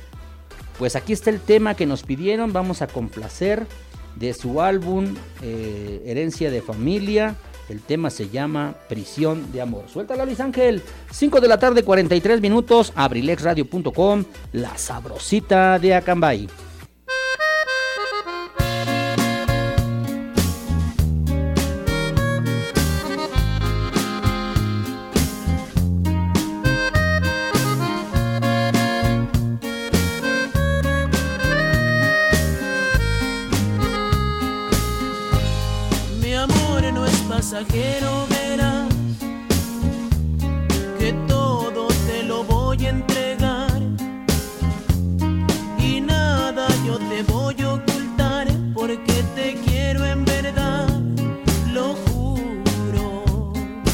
Pues aquí está el tema que nos pidieron. Vamos a complacer de su álbum eh, Herencia de Familia. El tema se llama Prisión de Amor. Suéltala, Luis Ángel. cinco de la tarde, cuarenta y tres minutos. Abrilex Radio punto com. La sabrosita de Acambay. Pasajero, verás que todo te lo voy a entregar y nada yo te voy a ocultar, porque te quiero en verdad, lo juro.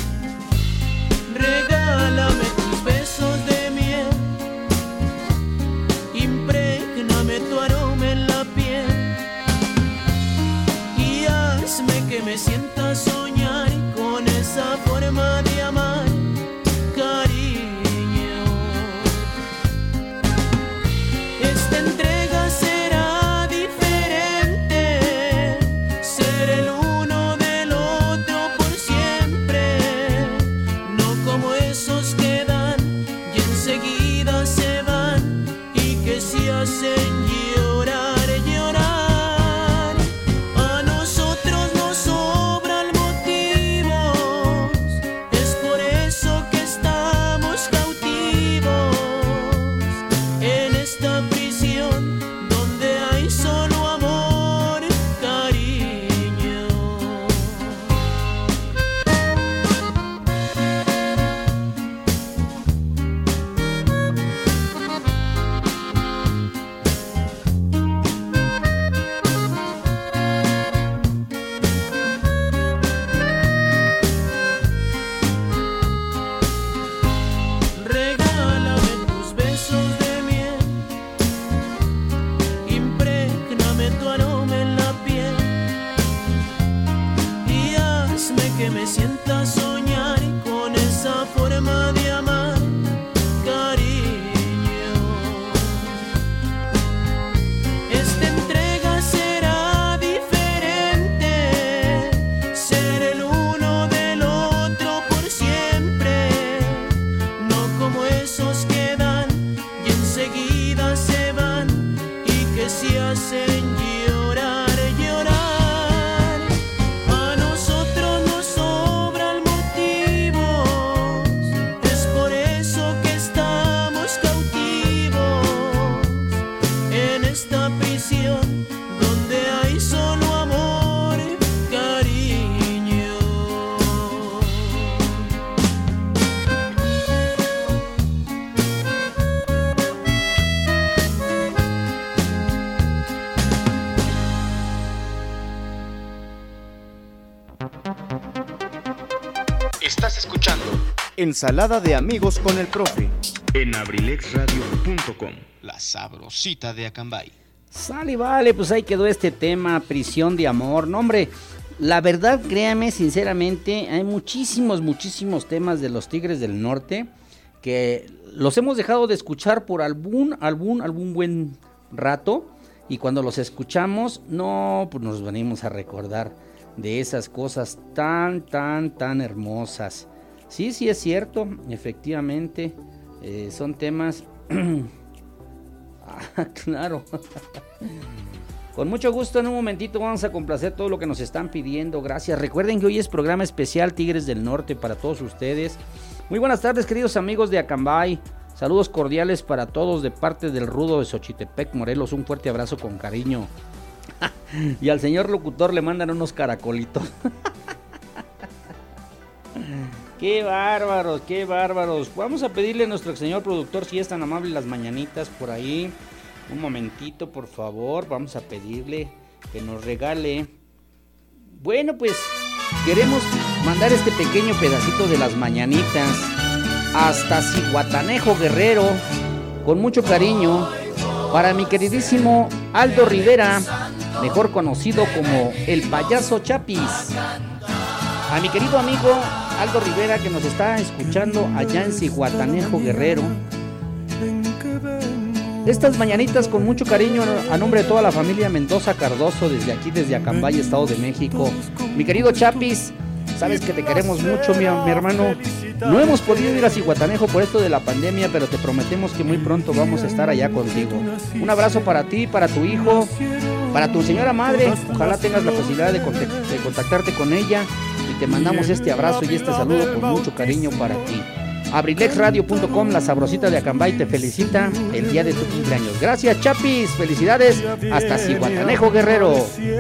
Regálame tus besos de miel, imprégname tu aroma en la piel y hazme que me sienta soñar con esa forma de amar, cariño. Esta entrega será diferente, seré el que me sienta soñar con esa forma de amar, cariño. Esta entrega será diferente, ser el uno del otro por siempre, no como esos que dan y enseguida se van y que se hacen llorar, llorar. A nosotros nos sobran motivos, es por eso que estamos cautivos en esta prisión donde hay solo amor, cariño. Estás escuchando Ensalada de amigos con el profe. en abrileix radio punto com, la sabrosita de Acambay. Sale, vale, pues ahí quedó este tema, prisión de amor. No, hombre, la verdad, créame, sinceramente, hay muchísimos, muchísimos temas de los Tigres del Norte que los hemos dejado de escuchar por algún, algún, algún buen rato. Y cuando los escuchamos, no, pues nos venimos a recordar de esas cosas tan, tan, tan hermosas. Sí, sí es cierto, efectivamente, eh, son temas... Ah, claro. Con mucho gusto, en un momentito vamos a complacer todo lo que nos están pidiendo. Gracias. Recuerden que hoy es programa especial Tigres del Norte para todos ustedes. Muy buenas tardes, queridos amigos de Acambay. Saludos cordiales para todos de parte del Rudo de Xochitepec, Morelos. Un fuerte abrazo con cariño. Y al señor locutor le mandan unos caracolitos. Qué bárbaros, qué bárbaros. Vamos a pedirle a nuestro señor productor, si es tan amable, las mañanitas por ahí. Un momentito, por favor. Vamos a pedirle que nos regale. Bueno, pues queremos mandar este pequeño pedacito de las mañanitas hasta Zihuatanejo, Guerrero, con mucho cariño, para mi queridísimo Aldo Rivera, mejor conocido como el Payaso Chapis. A mi querido amigo Aldo Rivera, que nos está escuchando allá en Zihuatanejo, Guerrero. Estas mañanitas con mucho cariño a nombre de toda la familia Mendoza Cardoso, desde aquí, desde Acambay, Estado de México. Mi querido Chapis, sabes que te queremos mucho, mi, mi hermano. No hemos podido ir a Zihuatanejo por esto de la pandemia, pero te prometemos que muy pronto vamos a estar allá contigo. Un abrazo para ti, para tu hijo, para tu señora madre. Ojalá tengas la posibilidad de, de contactarte con ella. Y te mandamos este abrazo y este saludo con mucho cariño para ti. abrileix radio punto com, la sabrosita de Acambay, te felicita el día de tu cumpleaños. Gracias, Chapis, felicidades hasta Zihuatanejo, Guerrero.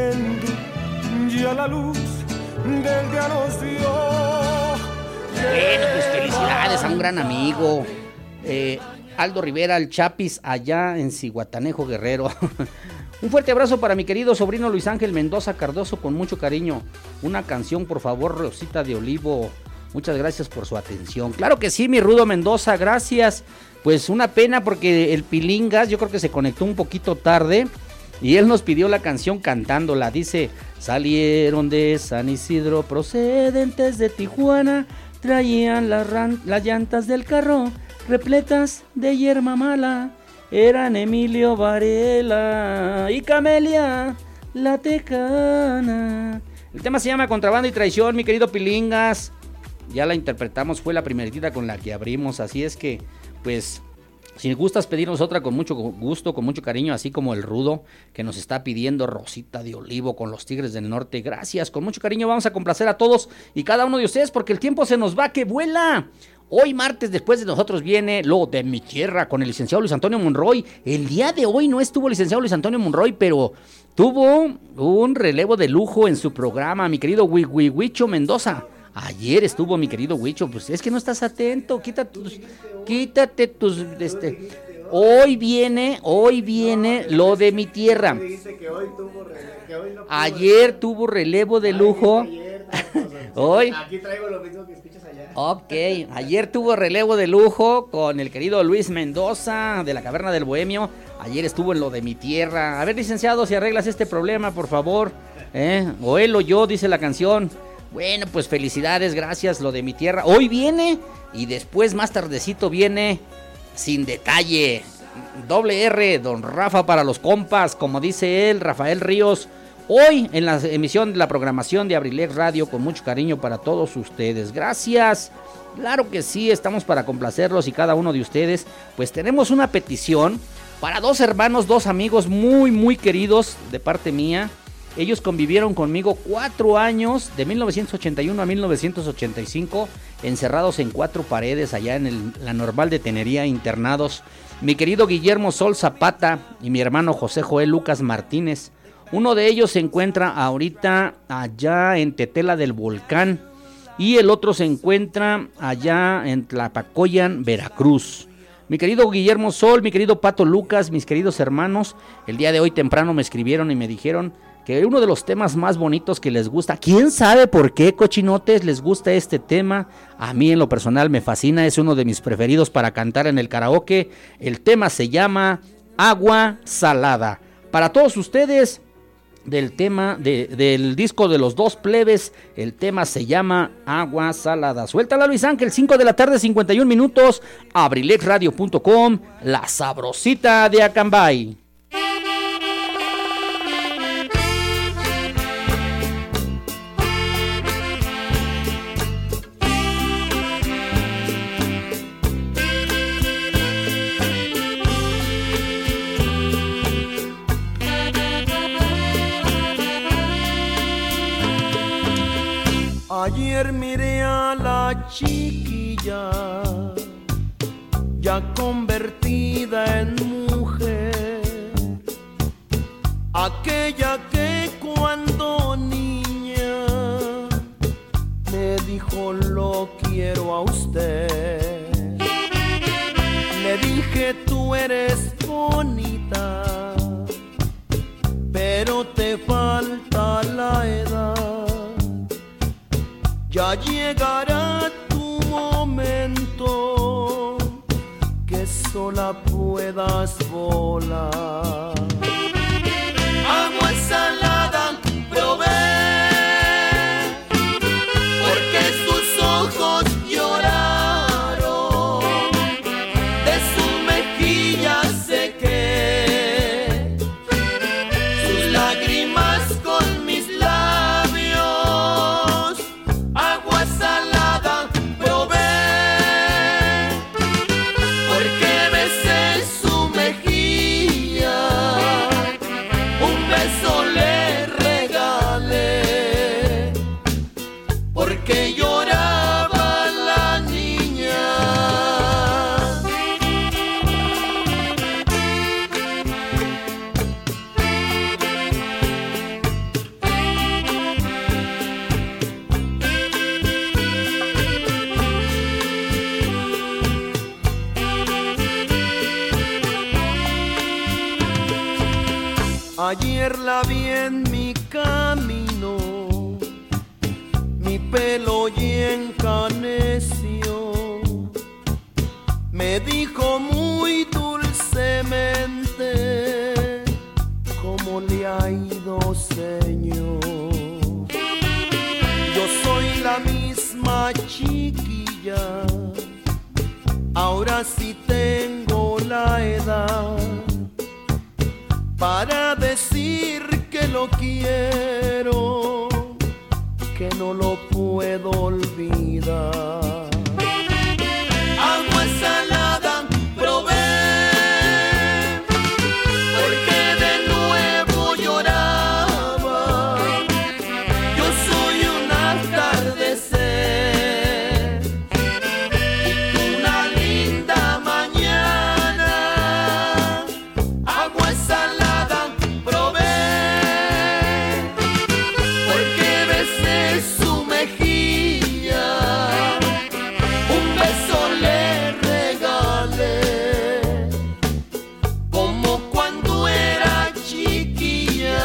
Bueno, pues felicidades a un gran amigo, eh, Aldo Rivera, el Chapis, allá en Zihuatanejo, Guerrero. Un fuerte abrazo para mi querido sobrino Luis Ángel Mendoza Cardoso, con mucho cariño. Una canción, por favor, Rosita de Olivo. Muchas gracias por su atención. Claro que sí, mi Rudo Mendoza, gracias. Pues una pena porque el Pilingas yo creo que se conectó un poquito tarde y él nos pidió la canción cantándola. Dice: salieron de San Isidro procedentes de Tijuana, traían las, ran- las llantas del carro repletas de hierba mala. Eran Emilio Varela y Camelia la Tecana. El tema se llama Contrabando y Traición, mi querido Pilingas. Ya la interpretamos, fue la primerita con la que abrimos. Así es que, pues, si gustas pedirnos otra, con mucho gusto, con mucho cariño, así como el Rudo, que nos está pidiendo Rosita de Olivo con los Tigres del Norte. Gracias, con mucho cariño vamos a complacer a todos y cada uno de ustedes, porque el tiempo se nos va, que vuela. Hoy martes, después de nosotros, viene lo de mi tierra con el licenciado Luis Antonio Monroy. El día de hoy no estuvo el licenciado Luis Antonio Monroy, pero tuvo un relevo de lujo en su programa, mi querido Huicho Mendoza. Ayer estuvo mi querido Huicho, pues es que no estás atento, quítate tus, quítate tus, este, hoy viene, hoy viene lo de mi tierra. Ayer tuvo relevo de lujo. Hoy. Aquí traigo lo mismo que escuchas allá. Ok, ayer tuvo relevo de lujo con el querido Luis Mendoza de la Caverna del Bohemio. Ayer estuvo en lo de mi tierra. A ver, licenciado, si arreglas este problema, por favor. ¿Eh? O él o yo, dice la canción. Bueno, pues felicidades, gracias, lo de mi tierra. Hoy viene y después más tardecito viene Sin Detalle. Doble R, don Rafa para los compas, como dice él, Rafael Ríos. Hoy en la emisión de la programación de Abrilex Radio, con mucho cariño para todos ustedes. Gracias. Claro que sí, estamos para complacerlos y cada uno de ustedes. Pues tenemos una petición para dos hermanos, dos amigos muy, muy queridos de parte mía. Ellos convivieron conmigo cuatro años, de mil novecientos ochenta y uno a mil novecientos ochenta y cinco, encerrados en cuatro paredes allá en el, la Normal de Tenería, internados. Mi querido Guillermo Sol Zapata y mi hermano José Joel Lucas Martínez. Uno de ellos se encuentra ahorita allá en Tetela del Volcán y el otro se encuentra allá en Tlapacoyan, Veracruz. Mi querido Guillermo Sol, mi querido Pato Lucas, mis queridos hermanos, el día de hoy temprano me escribieron y me dijeron que uno de los temas más bonitos que les gusta, quién sabe por qué, cochinotes, les gusta este tema. A mí en lo personal me fascina, es uno de mis preferidos para cantar en el karaoke. El tema se llama Agua Salada. Para todos ustedes, del tema de, del disco de los dos plebes, el tema se llama Agua Salada. Suéltala, Luis Ángel, cinco de la tarde, cincuenta y un minutos, abrilex radio punto com, la sabrosita de Acambay. Ayer miré a la chiquilla, ya convertida en mujer, aquella que cuando niña me dijo lo quiero a usted. Le dije tú eres bonita, pero te falta la edad. Ya llegará tu momento que sola puedas volar. Agua salada probé, porque sus ojos lloraron, de su mejilla sequé sus lágrimas con mis labios. Agua salada probé, porque besé su mejilla, un beso le regalé, porque lloraba la niña. Ayer la vi en mi camino, mi pelo y encaneció. Me dijo muy dulcemente, ¿cómo le ha ido, señor? Yo soy la misma chiquilla, ahora sí tengo la edad para decir que lo quiero, que no lo puedo olvidar. Agua salada probé, porque de nuevo lloraba. Yo soy un atardecer y una linda mañana. Agua salada su mejilla, un beso le regalé, como cuando era chiquilla.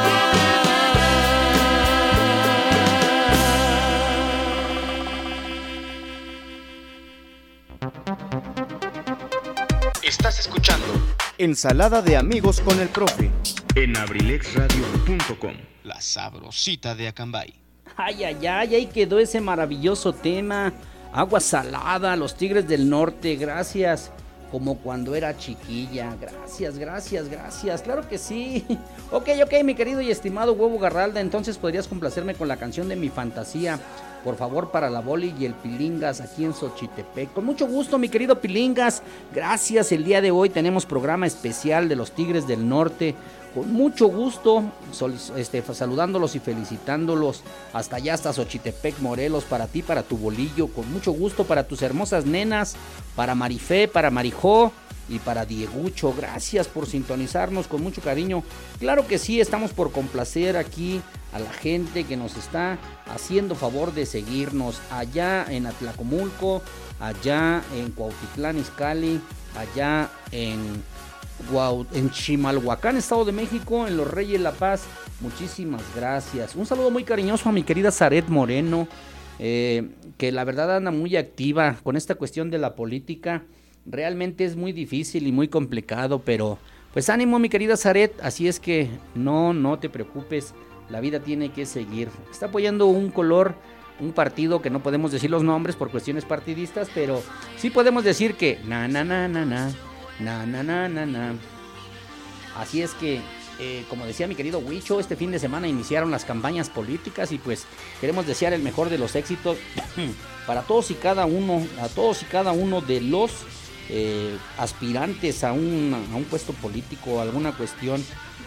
Estás escuchando Ensalada de amigos con el profe en abrilex radio punto com, la sabrosita de Acambay. Ay, ay, ay, ahí quedó ese maravilloso tema. Agua salada, los Tigres del Norte, gracias. Como cuando era chiquilla, gracias, gracias, gracias, claro que sí. Ok, ok, mi querido y estimado Huevo Garralda, entonces podrías complacerme con la canción de mi fantasía, por favor, para la Boli y el Pilingas aquí en Xochitepec. Con mucho gusto, mi querido Pilingas, gracias. El día de hoy tenemos programa especial de los Tigres del Norte. Con mucho gusto, sol, este, saludándolos y felicitándolos hasta allá, hasta Xochitepec, Morelos, para ti, para tu bolillo, con mucho gusto, para tus hermosas nenas, para Marifé, para Marijó y para Diegucho. Gracias por sintonizarnos con mucho cariño. Claro que sí, estamos por complacer aquí a la gente que nos está haciendo favor de seguirnos allá en Atlacomulco, allá en Cuautitlán Izcalli, allá en... Wow, en Chimalhuacán, Estado de México, en Los Reyes La Paz. Muchísimas gracias. Un saludo muy cariñoso a mi querida Zaret Moreno, eh, que la verdad anda muy activa con esta cuestión de la política. Realmente es muy difícil y muy complicado, pero pues ánimo, mi querida Zaret. Así es que no, no te preocupes, la vida tiene que seguir. Está apoyando un color, un partido que no podemos decir los nombres por cuestiones partidistas, pero sí podemos decir que na na na na na. Na, na, na, na, na. Así es que, eh, como decía mi querido Huicho, este fin de semana iniciaron las campañas políticas y pues queremos desear el mejor de los éxitos para todos y cada uno, a todos y cada uno de los eh, aspirantes a un, a un puesto político, alguna cuestión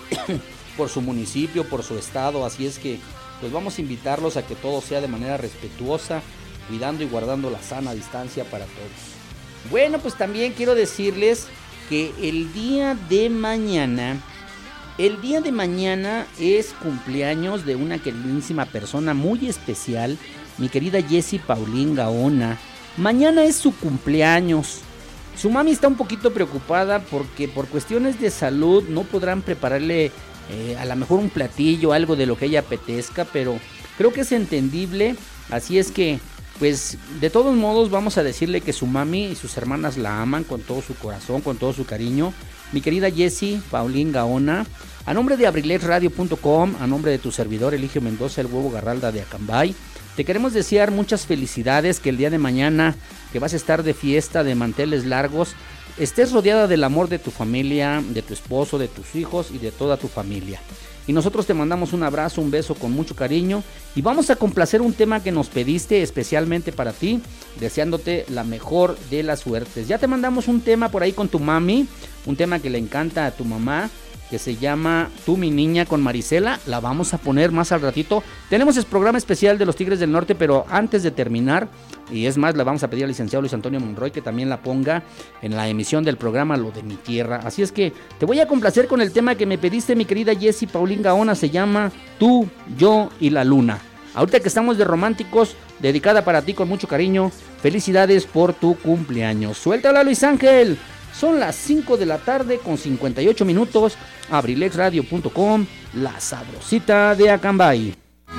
por su municipio, por su estado. Así es que pues vamos a invitarlos a que todo sea de manera respetuosa, cuidando y guardando la sana distancia para todos. Bueno, pues también quiero decirles que el día de mañana, el día de mañana es cumpleaños de una queridísima persona muy especial, mi querida Jessie Paulín Gaona. Mañana es su cumpleaños. Su mami está un poquito preocupada porque por cuestiones de salud no podrán prepararle eh, a lo mejor un platillo, algo de lo que ella apetezca, pero creo que es entendible. Así es que pues de todos modos vamos a decirle que su mami y sus hermanas la aman con todo su corazón, con todo su cariño. Mi querida Jessie Paulín Gaona, a nombre de abrilex radio punto com, a nombre de tu servidor Eligio Mendoza, el Huevo Garralda de Acambay, te queremos desear muchas felicidades, que el día de mañana, que vas a estar de fiesta, de manteles largos, estés rodeada del amor de tu familia, de tu esposo, de tus hijos y de toda tu familia. Y nosotros te mandamos un abrazo, un beso con mucho cariño y vamos a complacer un tema que nos pediste especialmente para ti, deseándote la mejor de las suertes. Ya te mandamos un tema por ahí con tu mami, un tema que le encanta a tu mamá, que se llama Tú mi niña con Marisela. La vamos a poner más al ratito. Tenemos el programa especial de los Tigres del Norte, pero antes de terminar, y es más, le vamos a pedir al licenciado Luis Antonio Monroy que también la ponga en la emisión del programa Lo de mi Tierra. Así es que te voy a complacer con el tema que me pediste, mi querida Jessie Paulín Gaona. Se llama Tú, Yo y la Luna. Ahorita que estamos de románticos, dedicada para ti con mucho cariño. Felicidades por tu cumpleaños. Suéltala, Luis Ángel. Son las cinco de la tarde con cincuenta y ocho minutos. abrilex radio punto com, la sabrosita de Acambay.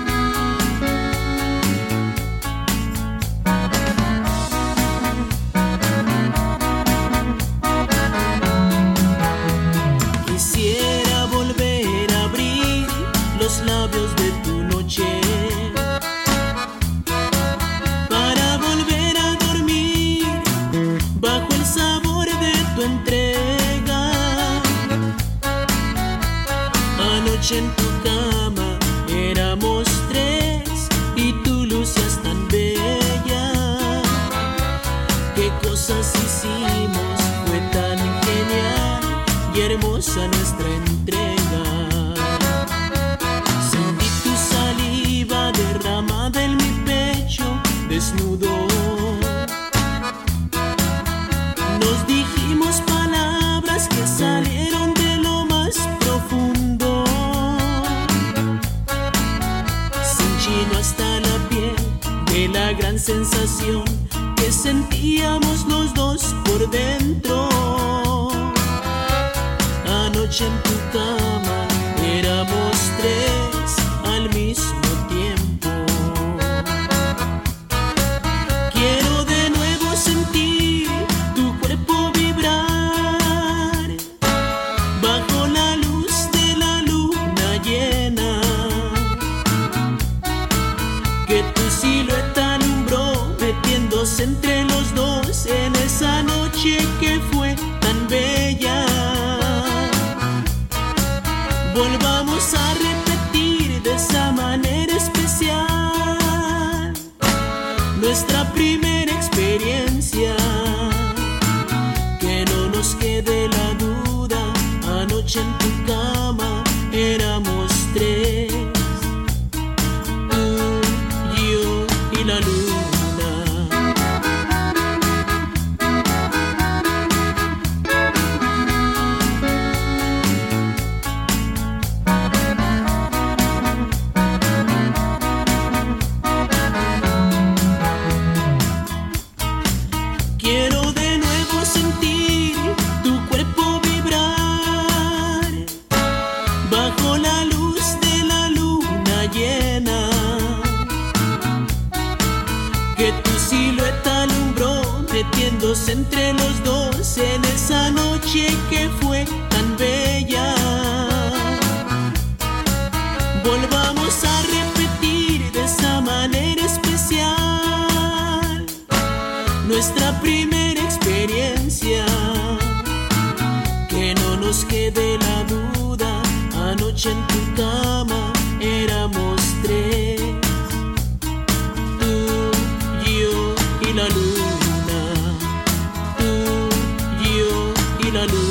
Quisiera volver a abrir los labios de tu noche, para volver a dormir bajo el sabor de tu entrega. Anoche en tu cama éramos tres y tú lucías tan bella. Qué cosas hicimos, fue tan genial y hermosa nuestra entrega. Sentí tu saliva derramada en mi pecho desnudo. Nos dijimos palabras que salieron de lo más profundo. Se enchinó hasta la piel de la gran sensación que sentíamos los dos por dentro. Anoche en tu cama éramos tres al mismo tiempo. Quiero de nuevo sentir tu cuerpo vibrar bajo la luz de la luna llena. entre los dos en esa noche que fue tan bella. Volvamos a repetir de esa manera especial nuestra primera experiencia. Que no nos quede la duda, anoche en tu cama éramos tres, tú, yo y la luna. Quiero de nuevo sentir tu cuerpo vibrar bajo la luz de la luna llena, que tu silueta alumbró metiéndose entre los dos en esa noche que fue tan bella. Volvamos a repetir de esa manera especial nuestra primera experiencia. Que no nos quede la duda, anoche en tu cama éramos tres, tú, yo y la luna, tú, yo y la luna.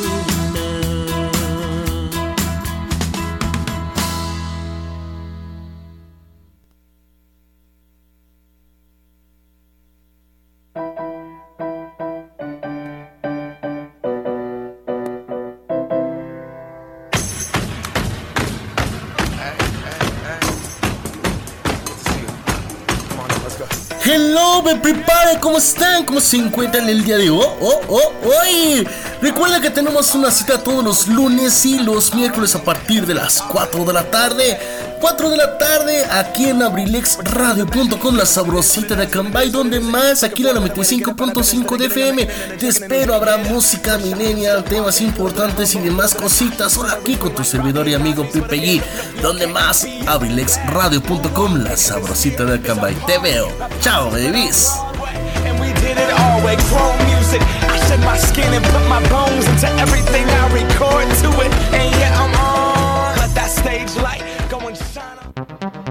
Hello, me prepare, ¿cómo están? ¿Cómo se encuentran el día de hoy? Oh, oh, hoy. Recuerda que tenemos una cita todos los lunes y los miércoles a partir de las cuatro de la tarde. cuatro de la tarde aquí en abrilex radio punto com, la sabrosita de Acambay, donde más, aquí en la noventa y cinco punto cinco de F M. Te espero, habrá música millennial, temas importantes y demás cositas. Hola, aquí con tu servidor y amigo Pipe G, donde más, abrilex radio punto com, la sabrosita de Acambay. Te veo, chao, babies. Did it all with chrome music. I shed my skin and put my bones into everything I record to it. And yeah, I'm on. Let that stage light go and shine up.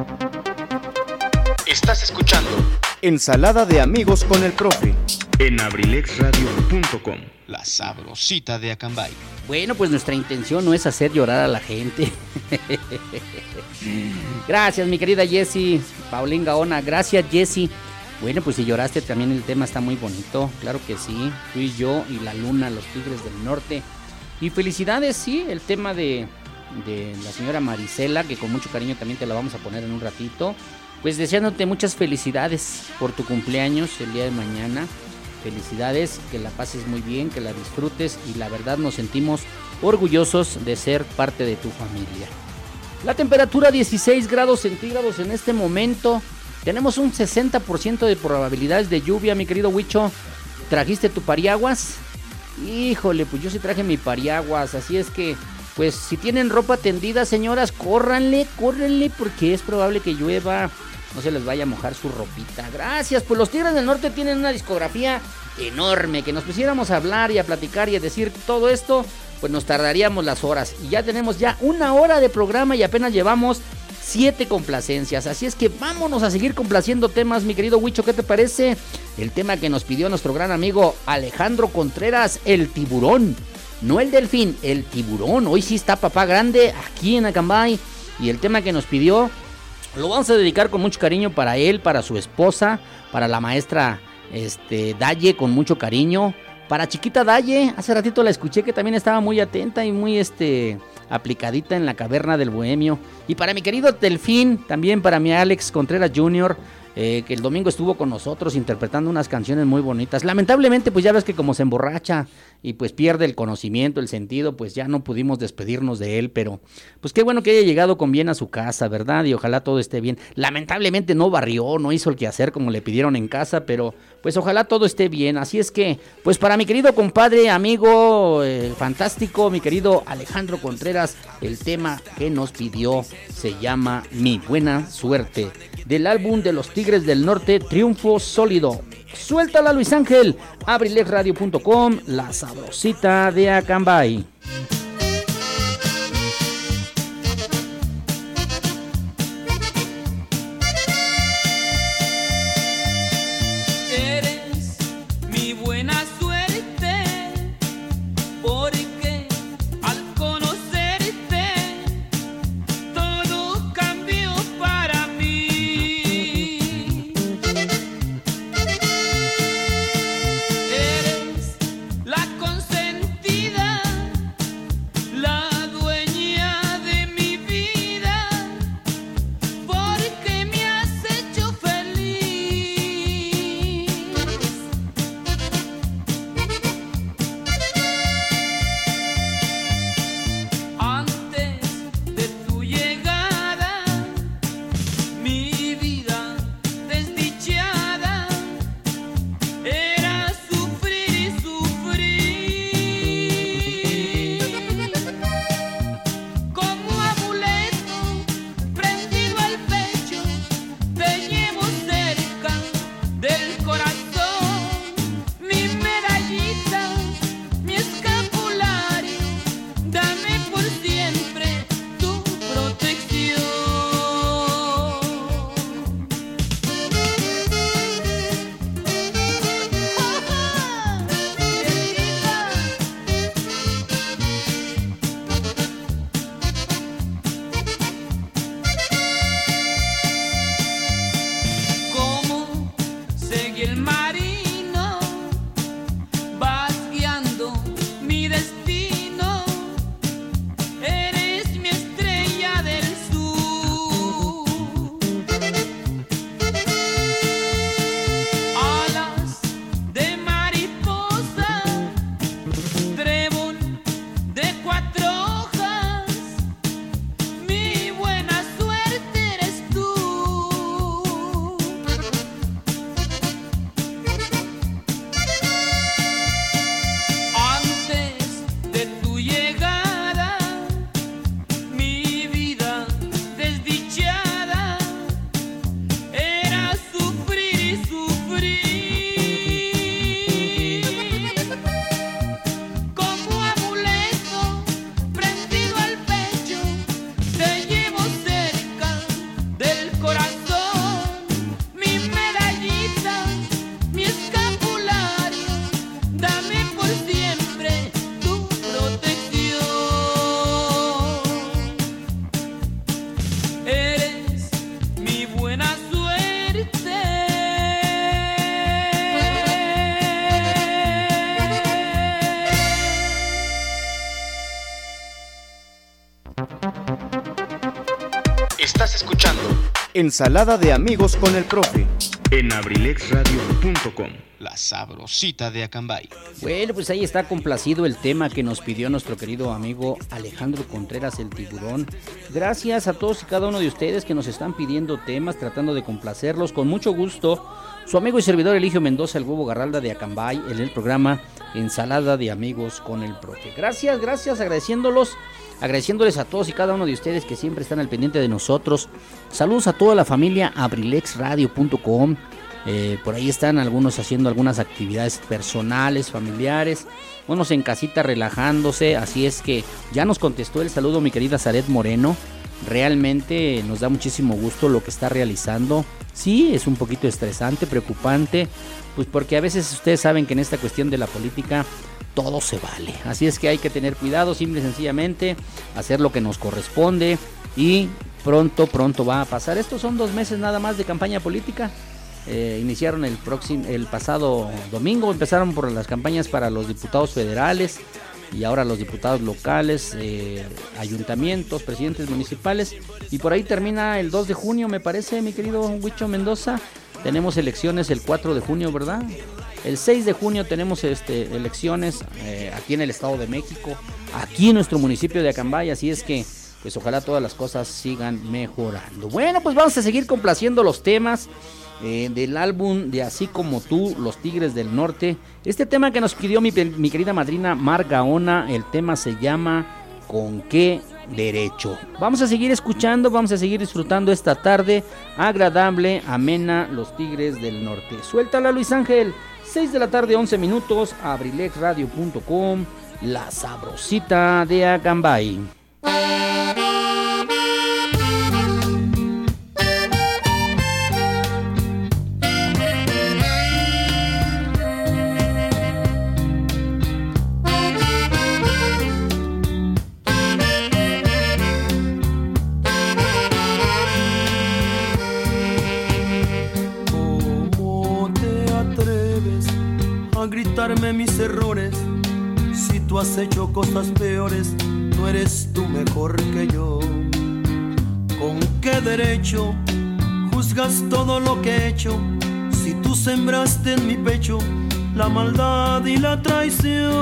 Estás escuchando Ensalada de amigos con el profe en abrilex radio punto com, la sabrosita de Acambay. Bueno, pues nuestra intención no es hacer llorar a la gente. Gracias, mi querida Jessie, Paulín Gaona. Gracias, Jessie. Bueno, pues si lloraste también el tema está muy bonito, claro que sí, tú y yo y la luna, los Tigres del Norte. Y felicidades, sí, el tema de, de la señora Marisela, que con mucho cariño también te la vamos a poner en un ratito. Pues deseándote muchas felicidades por tu cumpleaños el día de mañana. Felicidades, que la pases muy bien, que la disfrutes y la verdad nos sentimos orgullosos de ser parte de tu familia. La temperatura dieciséis grados centígrados en este momento. Tenemos un sesenta por ciento de probabilidades de lluvia, mi querido Huicho. ¿Trajiste tu paraguas? Híjole, pues yo sí traje mi paraguas, así es que, pues si tienen ropa tendida, señoras, córranle, córrenle, porque es probable que llueva, no se les vaya a mojar su ropita. Gracias, pues los Tigres del Norte tienen una discografía enorme, que nos pusiéramos a hablar y a platicar y a decir todo esto, pues nos tardaríamos las horas. Y ya tenemos ya una hora de programa y apenas llevamos siete complacencias, así es que vámonos a seguir complaciendo temas, mi querido Huicho, ¿qué te parece? El tema que nos pidió nuestro gran amigo Alejandro Contreras, el tiburón, no el delfín, el tiburón. Hoy sí está papá grande aquí en Acambay y el tema que nos pidió lo vamos a dedicar con mucho cariño para él, para su esposa, para la maestra este, Daye, con mucho cariño, para chiquita Daye, hace ratito la escuché que también estaba muy atenta y muy este... aplicadita en la caverna del bohemio. Y para mi querido Delfín, también para mi Alex Contreras junior, eh, que el domingo estuvo con nosotros interpretando unas canciones muy bonitas. Lamentablemente, pues ya ves que como se emborracha y pues pierde el conocimiento, el sentido, pues ya no pudimos despedirnos de él, pero pues qué bueno que haya llegado con bien a su casa, ¿verdad? Y ojalá todo esté bien. Lamentablemente no barrió, no hizo el quehacer como le pidieron en casa, pero pues ojalá todo esté bien. Así es que, pues para mi querido compadre, amigo, eh, fantástico, mi querido Alejandro Contreras, el tema que nos pidió se llama Mi Buena Suerte, del álbum de los Tigres del Norte, Triunfo Sólido. Suéltala, Luis Ángel. abrilex radio punto com, la sabrosita de Acambay. Estás escuchando Ensalada de Amigos con el Profe en abrilex radio punto com, la sabrosita de Acambay. Bueno, pues ahí está complacido el tema que nos pidió nuestro querido amigo Alejandro Contreras, el Tiburón. Gracias a todos y cada uno de ustedes que nos están pidiendo temas, tratando de complacerlos. Con mucho gusto, su amigo y servidor Eligio Mendoza, el Huevo Garralda de Acambay, en el programa Ensalada de Amigos con el Profe. Gracias, gracias, agradeciéndolos. Agradeciéndoles a todos y cada uno de ustedes que siempre están al pendiente de nosotros. Saludos a toda la familia abrilex radio punto com. Eh, por ahí están algunos haciendo algunas actividades personales, familiares. Unos en casita relajándose. Así es que ya nos contestó el saludo mi querida Zaret Moreno. Realmente nos da muchísimo gusto lo que está realizando. Sí, es un poquito estresante, preocupante. Pues porque a veces ustedes saben que en esta cuestión de la política todo se vale, así es que hay que tener cuidado, simple y sencillamente hacer lo que nos corresponde y pronto, pronto va a pasar. Estos son dos meses nada más de campaña política. Eh, iniciaron el próximo, el pasado domingo, empezaron por las campañas para los diputados federales y ahora los diputados locales, eh, ayuntamientos, presidentes municipales, y por ahí termina el dos de junio, me parece, mi querido Huicho Mendoza. Tenemos elecciones el cuatro de junio, ¿verdad? El seis de junio tenemos este, elecciones eh, aquí en el Estado de México, aquí en nuestro municipio de Acambay, así es que pues ojalá todas las cosas sigan mejorando. Bueno, pues vamos a seguir complaciendo los temas eh, del álbum de Así Como Tú, Los Tigres del Norte. Este tema que nos pidió mi, mi querida madrina Mar Gaona, el tema se llama ¿Con qué derecho. Vamos a seguir escuchando, vamos a seguir disfrutando esta tarde agradable, amena, los Tigres del Norte. Suéltala, Luis Ángel. seis de la tarde, once minutos, abrilex radio punto com, la sabrosita de Acambay. Gritarme mis errores, si tú has hecho cosas peores, no eres tú mejor que yo. ¿Con qué derecho juzgas todo lo que he hecho? Si tú sembraste en mi pecho la maldad y la traición.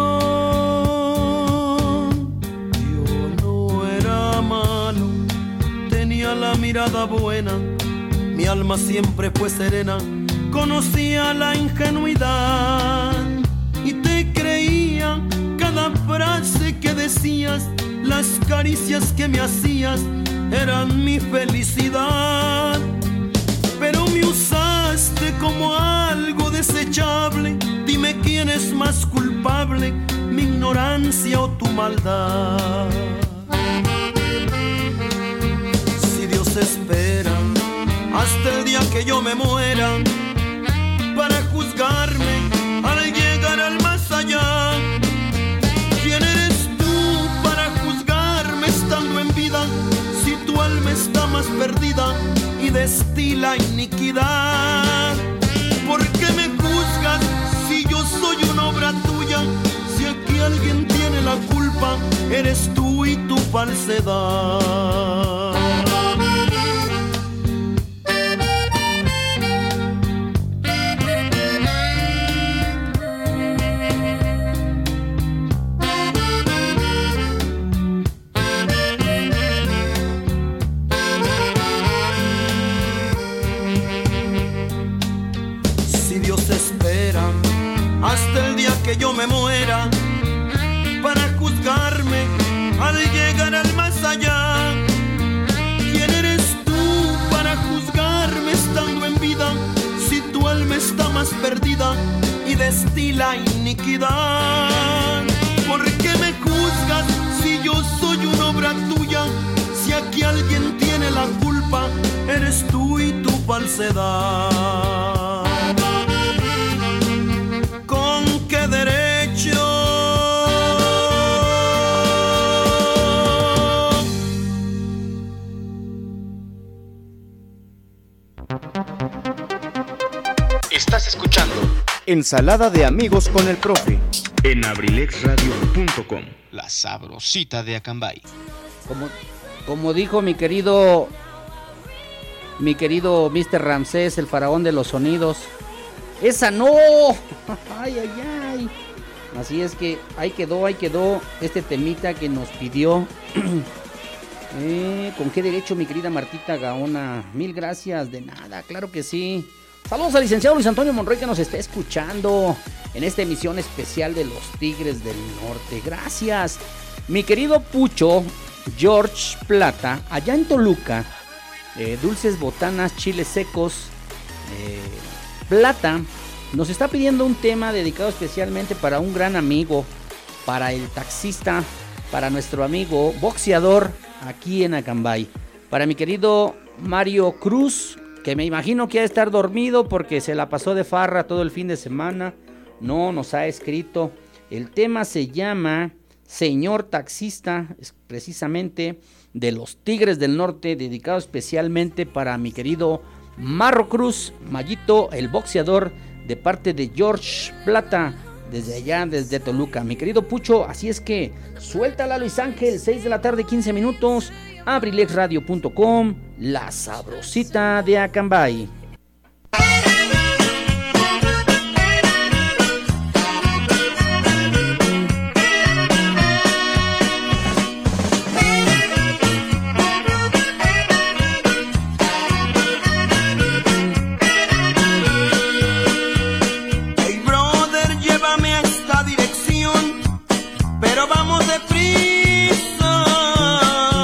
Yo no era malo, tenía la mirada buena, mi alma siempre fue serena, conocía la ingenuidad y te creía cada frase que decías, las caricias que me hacías eran mi felicidad. Pero me usaste como algo desechable, dime quién es más culpable, mi ignorancia o tu maldad. Si Dios espera hasta el día que yo me muera para juzgarme al llegar al más allá, ¿quién eres tú para juzgarme estando en vida? Si tu alma está más perdida y destila iniquidad. ¿Por qué me juzgas si yo soy una obra tuya? Si aquí alguien tiene la culpa, eres tú y tu falsedad. Hasta el día que yo me muera para juzgarme al llegar al más allá, ¿quién eres tú para juzgarme estando en vida? Si tu alma está más perdida y destila iniquidad. ¿Por qué me juzgas si yo soy una obra tuya? Si aquí alguien tiene la culpa, eres tú y tu falsedad. ¿Con qué derecho? Estás escuchando Ensalada de Amigos con el Profe en abrilex radio punto com, la sabrosita de Acambay. Como, como dijo mi querido mi querido mister Ramsés, el faraón de los sonidos, ¡esa no! ¡Ay, ay, ay! Así es que ahí quedó, ahí quedó este temita que nos pidió. eh, ¿Con qué derecho, mi querida Martita Gaona? Mil gracias, de nada, claro que sí. Saludos al licenciado Luis Antonio Monroy que nos está escuchando en esta emisión especial de los Tigres del Norte. Gracias. Mi querido Pucho, George Plata, allá en Toluca, eh, dulces botanas, chiles secos, eh... Plata nos está pidiendo un tema dedicado especialmente para un gran amigo, para el taxista, para nuestro amigo boxeador aquí en Acambay, para mi querido Mario Cruz, que me imagino que ha de estar dormido porque se la pasó de farra todo el fin de semana, no nos ha escrito. El tema se llama Señor Taxista, es precisamente de los Tigres del Norte, dedicado especialmente para mi querido Marro Cruz, Mayito, el boxeador, de parte de George Plata, desde allá, desde Toluca. Mi querido Pucho, así es que suéltala, Luis Ángel, seis de la tarde, quince minutos, abrilex radio punto com, la sabrosita de Acambay. Pero vamos deprisa.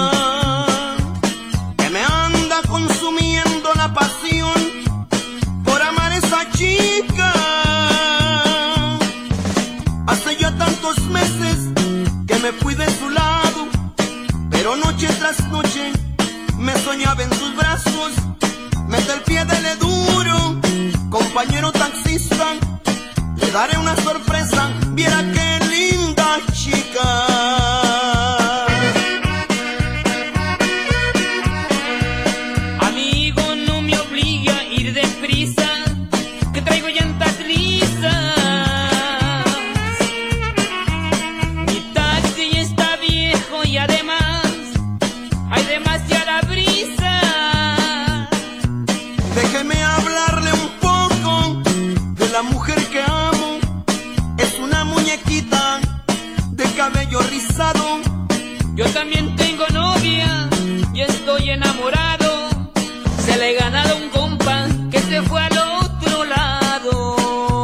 cabello rizado. Yo también tengo novia y estoy enamorado. Se le he ganado un compa que se fue al otro lado.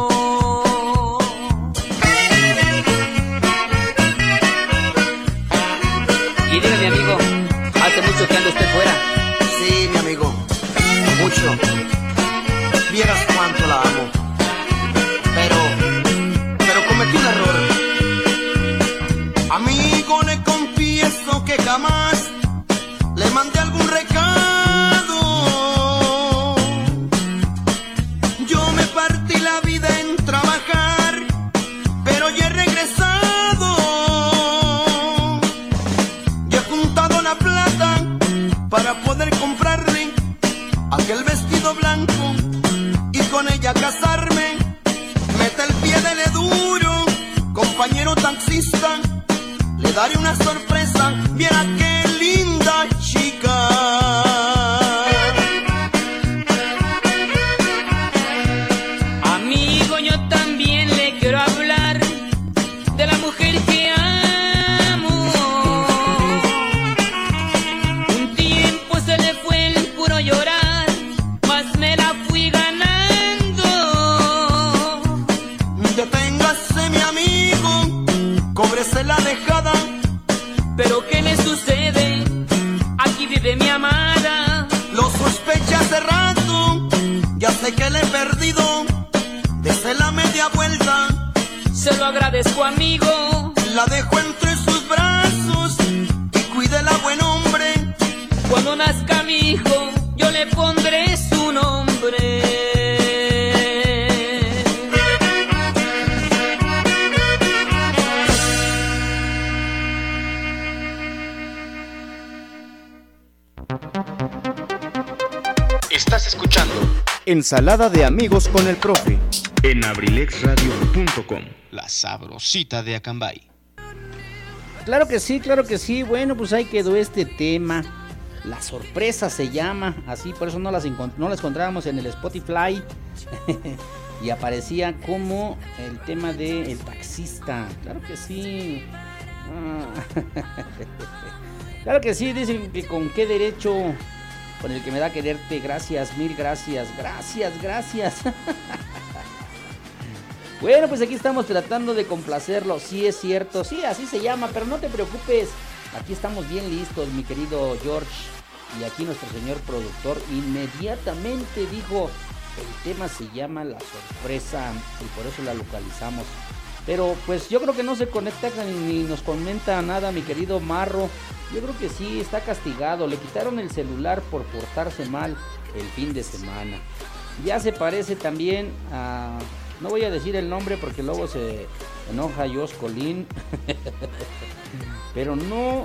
Y dime, mi amigo, hace mucho que anda usted fuera. Sí, mi amigo, mucho. Vieras cuánto la amo. Pero, pero cometí un error. Amigo, le confieso que jamás le mandé algún recado. Yo me partí la vida en trabajar, pero ya he regresado. Y he juntado la plata para poder comprarle aquel vestido blanco y con ella casarme. Mete el pie, dele duro, compañero taxista. Le daré una sorpresa, viera qué linda chica. Amigo, yo también le quiero hablar de la mujer que amo. Un tiempo se le fue el puro llorar, mas me la fui ganando. Deténgase, mi amigo, cóbrese la dejada. ¿Pero qué le sucede? Aquí vive mi amada. Lo sospecha hace rato, ya sé que le he perdido. Dese la media vuelta, se lo agradezco, amigo. La dejo entre sus brazos y cuídela, buen hombre. Cuando nazca mi hijo, yo le pondré su nombre. Estás escuchando Ensalada de Amigos con el Profe en abrilexradio punto com, la sabrosita de Acambay. Claro que sí, claro que sí. Bueno, pues ahí quedó este tema. La sorpresa se llama así, por eso no las, encont- no las encontrábamos en el Spotify. Y aparecía como el tema de El Taxista. Claro que sí. Ah. Claro que sí, dicen que con qué derecho, con el que me da quererte. Gracias, mil gracias, gracias, gracias. Bueno, pues aquí estamos tratando de complacerlo. Sí, es cierto, sí, así se llama, pero no te preocupes. Aquí estamos bien listos, mi querido George. Y aquí nuestro señor productor inmediatamente dijo: el tema se llama La Sorpresa, y por eso la localizamos. Pero pues yo creo que no se conecta ni nos comenta nada mi querido Marro. Yo creo que sí, está castigado. Le quitaron el celular por portarse mal el fin de semana. Ya se parece también a... No voy a decir el nombre porque luego se enoja Josh Colín. Pero no...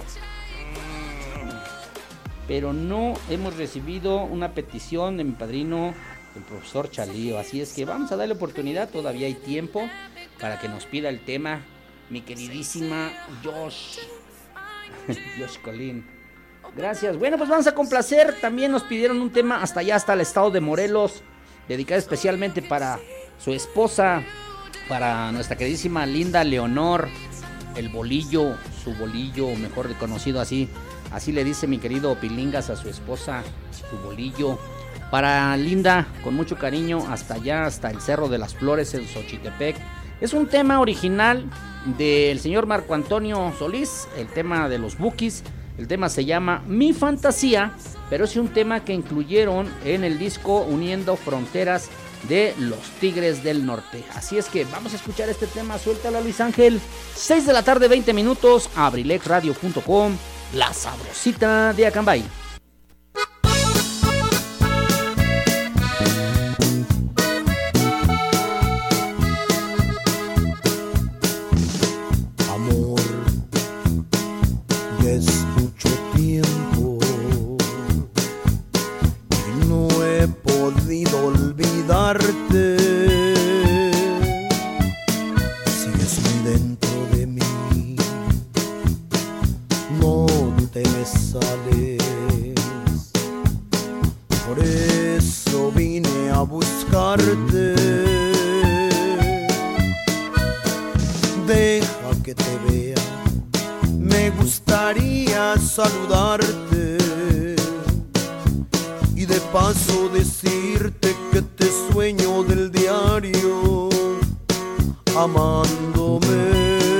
Pero no hemos recibido una petición de mi padrino, el profesor Chalío. Así es que vamos a darle oportunidad, todavía hay tiempo para que nos pida el tema, mi queridísima Josh. Josh Colín. Gracias. Bueno, pues vamos a complacer. También nos pidieron un tema hasta allá, hasta el estado de Morelos, dedicado especialmente para su esposa, para nuestra queridísima Linda Leonor, el bolillo, su bolillo, mejor reconocido así. Así le dice mi querido Pilingas a su esposa, su bolillo. Para Linda, con mucho cariño, hasta allá, hasta el Cerro de las Flores en Xochitepec. Es un tema original del señor Marco Antonio Solís, el tema de los Bukis. El tema se llama Mi Fantasía, pero es un tema que incluyeron en el disco Uniendo Fronteras de los Tigres del Norte. Así es que vamos a escuchar este tema. Suéltala, Luis Ángel. seis de la tarde, veinte minutos, abrilexradio punto com, la sabrosita de Acambay. Sigues muy dentro de mí, no te me sales. Por eso vine a buscarte. Deja que te vea me gustaría saludarte y de paso decirte que te sueño del diario amándome.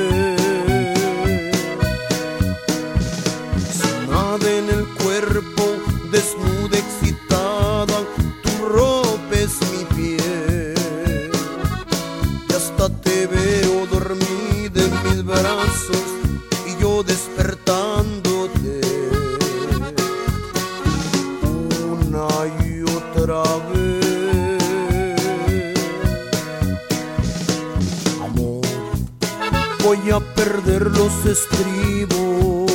Sin nada en el cuerpo, desnuda, excitada, tú rompes mi piel y hasta te veo dormida en mis brazos y yo despertándote una y otra vez. Amor, voy a perder los estribos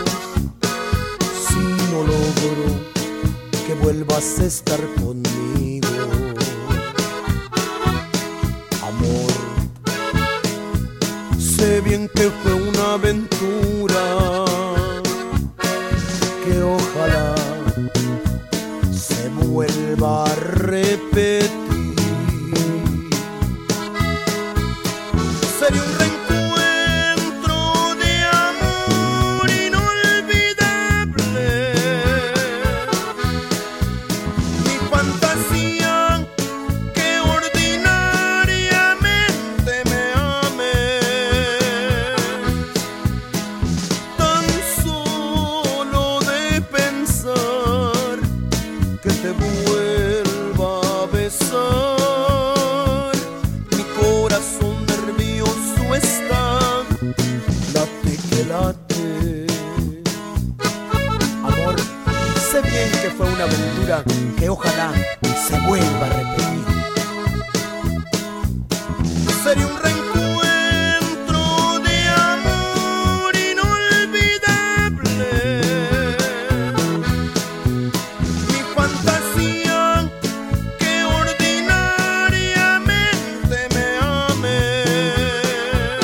si no logro que vuelvas a estar conmigo. Amor, sé bien que fue una aventura que ojalá se vuelva a repetir. Sería un reencuentro de amor inolvidable. Mi fantasía que ordinariamente me ames. Tan solo de pensar que te vuelva a besar, mi corazón nervioso está, late que late. Amor, sé bien que fue una aventura que ojalá se vuelva a repetir. Sería un reencuentro de amor inolvidable. Mi fantasía que ordinariamente me ames.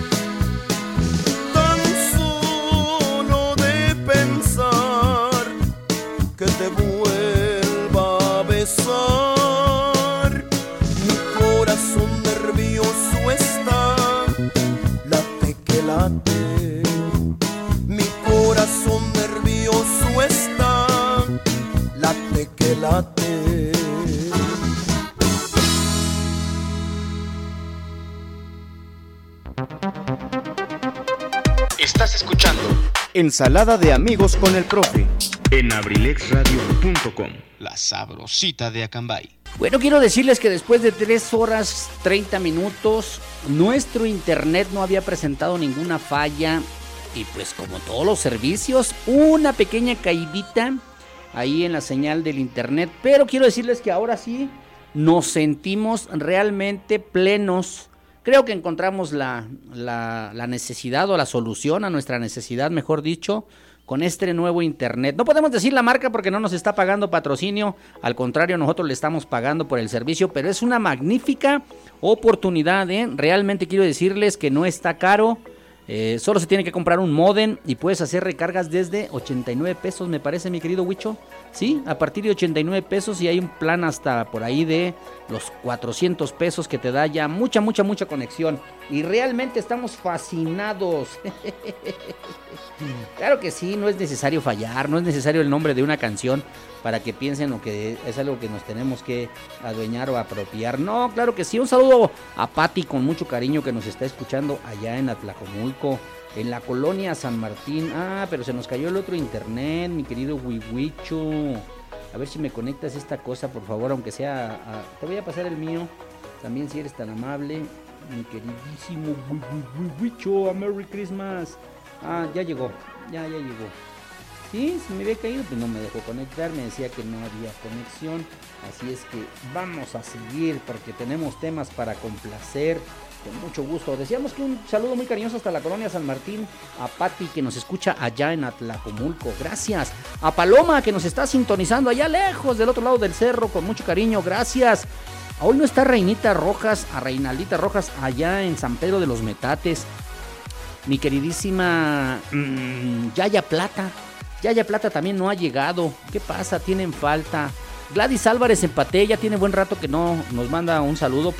Tan solo de pensar que te vuelva a besar, mi corazón nervioso está, late que late. Mi corazón nervioso está, late que late. Estás escuchando Ensalada de Amigos con el Profe en abrileix radio punto com, la sabrosita de Acambay. Bueno, quiero decirles que después de tres horas treinta minutos, nuestro internet no había presentado ninguna falla. Y pues como todos los servicios, una pequeña caidita ahí en la señal del internet. Pero quiero decirles que ahora sí nos sentimos realmente plenos. Creo que encontramos la, la, la necesidad o la solución a nuestra necesidad, mejor dicho, con este nuevo internet. No podemos decir la marca porque no nos está pagando patrocinio, al contrario, nosotros le estamos pagando por el servicio, pero es una magnífica oportunidad, ¿eh? Realmente quiero decirles que no está caro. Eh, solo se tiene que comprar un módem y puedes hacer recargas desde ochenta y nueve pesos, me parece, mi querido Huicho. Sí, a partir de ochenta y nueve pesos, y hay un plan hasta por ahí de los cuatrocientos pesos que te da ya mucha, mucha, mucha conexión. Y realmente estamos fascinados. Claro que sí, no es necesario fallar, no es necesario el nombre de una canción para que piensen lo que es algo que nos tenemos que adueñar o apropiar. No, claro que sí. Un saludo a Pati con mucho cariño que nos está escuchando allá en Atlacomulco, en la colonia San Martín. Ah, pero se nos cayó el otro internet, mi querido Huihuicho. A ver si me conectas esta cosa, por favor, aunque sea... A... Te voy a pasar el mío, también si eres tan amable, mi queridísimo Huihuicho. A Merry Christmas. Ah, ya llegó, ya, ya llegó. Sí, si me había caído, pues no me dejó conectar, me decía que no había conexión. Así es que vamos a seguir porque tenemos temas para complacer. Con mucho gusto. Decíamos que un saludo muy cariñoso hasta la colonia San Martín. A Pati que nos escucha allá en Atlacomulco. Gracias. A Paloma que nos está sintonizando allá lejos del otro lado del cerro. Con mucho cariño. Gracias. Hoy no está Reinita Rojas, a Reinaldita Rojas allá en San Pedro de los Metates. Mi queridísima mmm, Yaya Plata. Yaya Plata también no ha llegado. ¿Qué pasa? Tienen falta. Gladys Álvarez en Paté, ya tiene buen rato que no nos manda un saludo, pero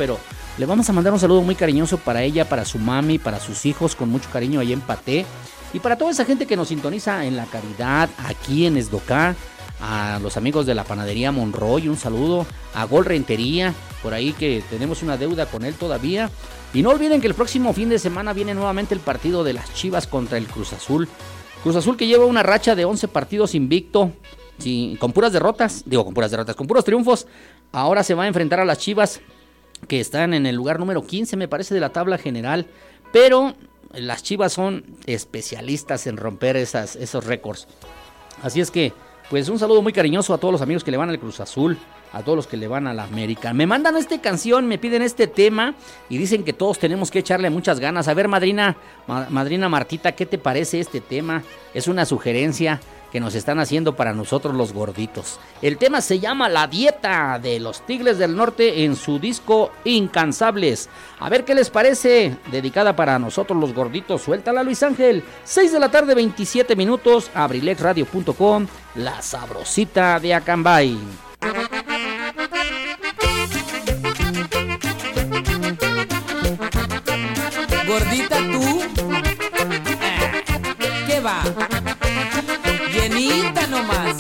Le vamos a mandar un saludo muy cariñoso para ella, para su mami, para sus hijos, con mucho cariño ahí en Paté. Y para toda esa gente que nos sintoniza en La Caridad, aquí en Esdocá, a los amigos de la panadería Monroy, un saludo, a Gol Rentería, por ahí que tenemos una deuda con él todavía. Y no olviden que el próximo fin de semana viene nuevamente el partido de las Chivas contra el Cruz Azul. Cruz Azul que lleva una racha de once partidos invicto, sí, con puras derrotas, digo con puras derrotas, con puros triunfos. Ahora se va a enfrentar a las Chivas, que están en el lugar número quince, me parece, de la tabla general, pero las Chivas son especialistas en romper esas, esos récords. Así es que, pues un saludo muy cariñoso a todos los amigos que le van al Cruz Azul, a todos los que le van a la América. Me mandan esta canción, me piden este tema y dicen que todos tenemos que echarle muchas ganas. A ver, madrina, ma- madrina Martita, ¿qué te parece este tema? Es una sugerencia que nos están haciendo para nosotros los gorditos. El tema se llama La Dieta de los Tigres del Norte en su disco Incansables. A ver qué les parece, dedicada para nosotros los gorditos. Suéltala, Luis Ángel. seis de la tarde, veintisiete minutos, abrilex radio punto com, la sabrosita de Acambay. Gordita tú, eh, ¿qué va? Llenita nomás.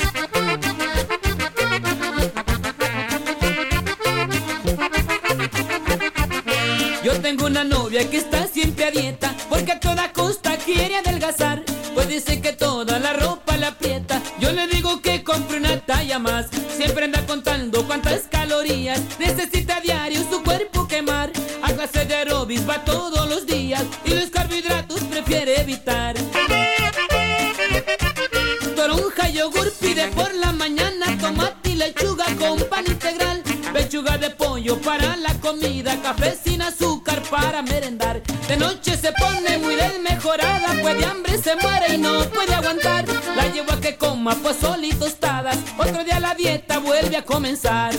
Yo tengo una novia que está siempre a dieta, porque a toda costa quiere adelgazar. Pues dice que toda la ropa la aprieta. Yo le digo que compre una talla más. Siempre anda contando cuántas calorías necesita a diario su cuerpo quemar. A clase de aeróbics va todos los días y los carbohidratos prefiere evitar. Toronja, yogur pide por la mañana, tomate y lechuga con pan integral, pechuga de pollo para la comida, café sin azúcar para merendar. De noche se pone muy desmejorada, pues de hambre se muere y no puede aguantar. La llevo a que coma pozole y tostadas, otro día la dieta vuelve a comenzar.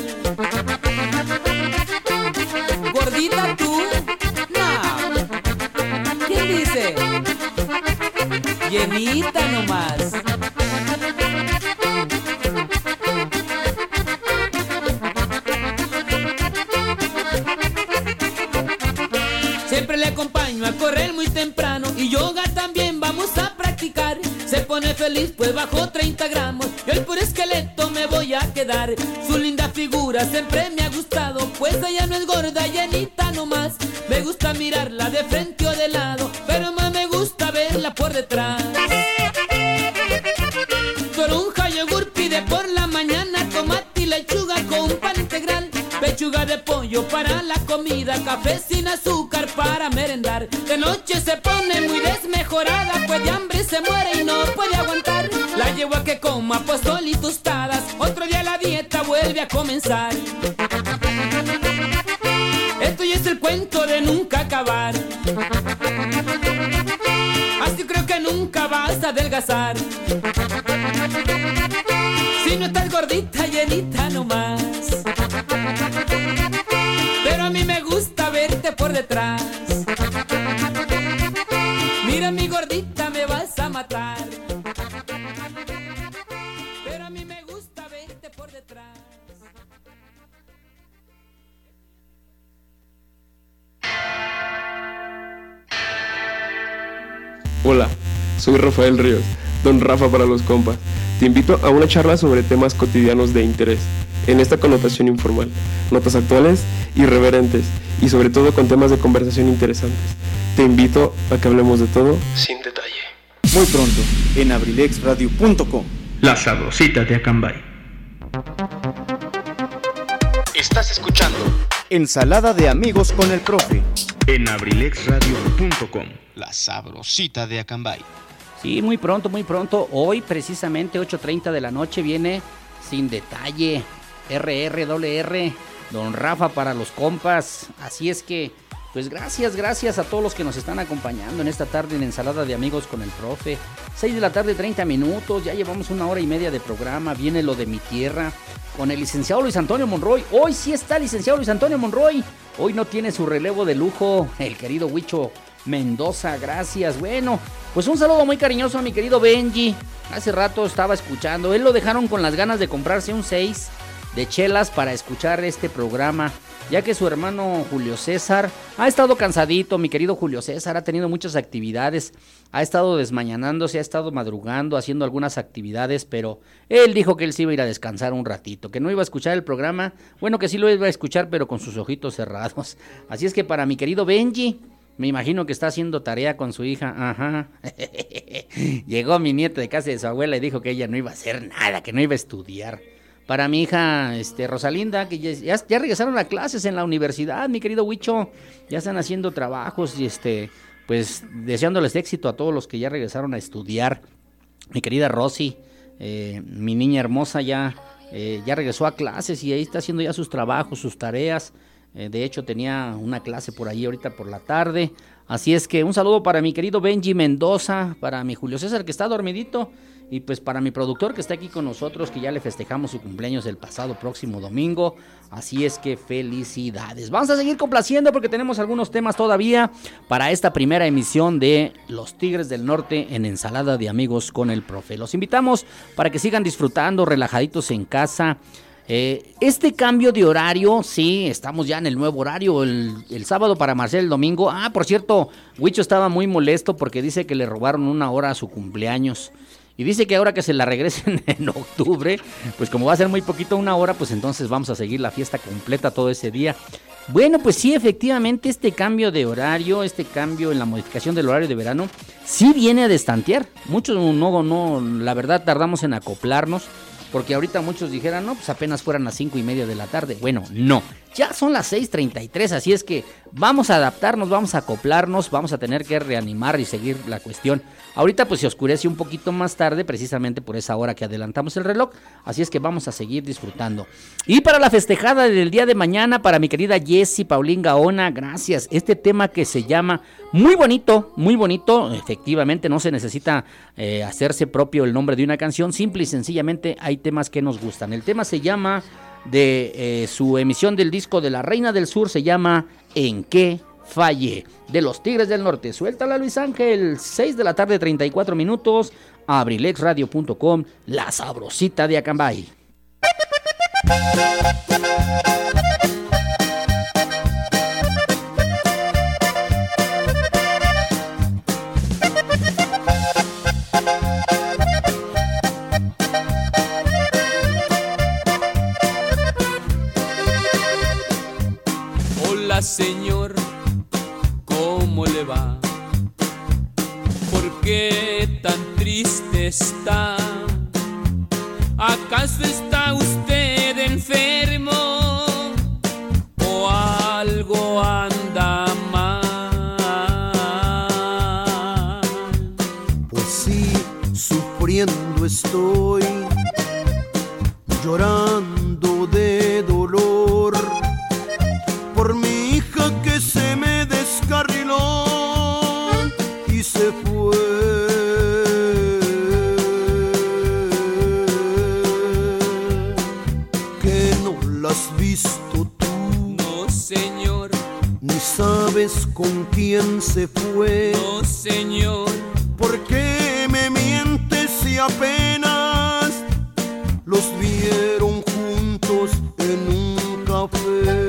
¿Gordita tú? No. ¿Quién dice? Llenita nomás. Siempre le acompaño a correr muy temprano y yoga también vamos a practicar. Se pone feliz pues bajó treinta gramos, yo el puro esqueleto me voy a quedar. Su linda figura siempre me ha gustado, pues ella no es gorda, llenita nomás. Me gusta mirarla de frente o de lado, pero más me gusta verla por detrás. Toronja, yogur pide por la mañana, tomate y lechuga con pan integral, pechuga de pollo para la comida, café sin azúcar para merendar. De noche se pone muy desmejorada, pues de hambre se muere y no puede aguantar. La llevo a que coma pozole y tostadas, otro día la dieta vuelve a comenzar. Esto ya es el cuento de nunca acabar, así creo que nunca vas a adelgazar. Si no estás gordita, llenita nomás, pero a mí me gusta verte por detrás. Mira mi gordita, me vas a matar, pero a mí me gusta verte por detrás. Hola, soy Rafael Ríos, Don Rafa para los compas. Te invito a una charla sobre temas cotidianos de interés, en esta connotación informal, notas actuales, irreverentes y sobre todo con temas de conversación interesantes. Te invito a que hablemos de todo sin detalle. Muy pronto, en abrilex radio punto com. La sabrosita de Acambay. Estás escuchando Ensalada de Amigos con el Profe en abrilex radio punto com. La sabrosita de Acambay. Sí, muy pronto, muy pronto. Hoy precisamente ocho treinta de la noche viene Sin Detalle, R R R R, Don Rafa para los compas. Así es que, pues gracias, gracias a todos los que nos están acompañando en esta tarde en Ensalada de Amigos con el Profe. seis de la tarde, treinta minutos, ya llevamos una hora y media de programa. Viene lo de mi tierra con el licenciado Luis Antonio Monroy. Hoy sí está el licenciado Luis Antonio Monroy. Hoy no tiene su relevo de lujo el querido Huicho Mendoza, gracias. Bueno, pues un saludo muy cariñoso a mi querido Benji. Hace rato estaba escuchando, él lo dejaron con las ganas de comprarse un seis de chelas para escuchar este programa. ya que su hermano Julio César ha estado cansadito. Mi querido Julio César ha tenido muchas actividades, ha estado desmañanándose, ha estado madrugando, haciendo algunas actividades, pero él dijo que él sí iba a ir a descansar un ratito, que no iba a escuchar el programa, bueno, que sí lo iba a escuchar, pero con sus ojitos cerrados. Así es que para mi querido Benji, me imagino que está haciendo tarea con su hija. Ajá. Llegó mi nieto de casa de su abuela y dijo que ella no iba a hacer nada, que no iba a estudiar. Para mi hija este, Rosalinda, que ya, ya, ya regresaron a clases en la universidad, mi querido Huicho. Ya están haciendo trabajos y este, pues deseándoles éxito a todos los que ya regresaron a estudiar. Mi querida Rosy, eh, mi niña hermosa ya, eh, ya regresó a clases y ahí está haciendo ya sus trabajos, sus tareas. Eh, de hecho tenía una clase por ahí ahorita por la tarde. Así es que un saludo para mi querido Benji Mendoza, para mi Julio César que está dormidito, y pues para mi productor que está aquí con nosotros, que ya le festejamos su cumpleaños el pasado próximo domingo. Así es que felicidades. Vamos a seguir complaciendo porque tenemos algunos temas todavía para esta primera emisión de Los Tigres del Norte en Ensalada de Amigos con el Profe. Los invitamos para que sigan disfrutando relajaditos en casa. Eh, este cambio de horario, sí, estamos ya en el nuevo horario, el, el sábado para Marcel, el domingo. Ah, por cierto, Huicho estaba muy molesto porque dice que le robaron una hora a su cumpleaños. Y dice que ahora que se la regresen en octubre, pues como va a ser muy poquito, una hora, pues entonces vamos a seguir la fiesta completa todo ese día. Bueno, pues sí, efectivamente, este cambio de horario, este cambio en la modificación del horario de verano, sí viene a destantear. Muchos no, no, la verdad tardamos en acoplarnos, porque ahorita muchos dijeran, no, pues apenas fueran las cinco y media de la tarde. Bueno, no, ya son las seis treinta y tres, así es que vamos a adaptarnos, vamos a acoplarnos, vamos a tener que reanimar y seguir la cuestión. Ahorita pues se oscurece un poquito más tarde, precisamente por esa hora que adelantamos el reloj, así es que vamos a seguir disfrutando. Y para la festejada del día de mañana, para mi querida Jessie Paulín Gaona, gracias. Este tema que se llama, muy bonito, muy bonito, efectivamente no se necesita eh, hacerse propio el nombre de una canción, simple y sencillamente hay temas que nos gustan. El tema se llama, de eh, su emisión del disco de La Reina del Sur, se llama ¿En qué fallé? De Los Tigres del Norte. Suéltala, Luis Ángel. seis de la tarde, treinta y cuatro minutos. abrilexradio punto com, la sabrosita de Acambay. Hola, señor, ¿cómo le va? ¿Por qué tan triste está? ¿Acaso está usted enfermo o algo anda mal? Pues sí, sufriendo estoy, llorando de dolor por mi hija que se me descarriló y se fue. ¿Que no la has visto tú? No, señor. Ni sabes con quién se fue. No, señor. ¿Por qué me mientes si apenas los vieron juntos en un café?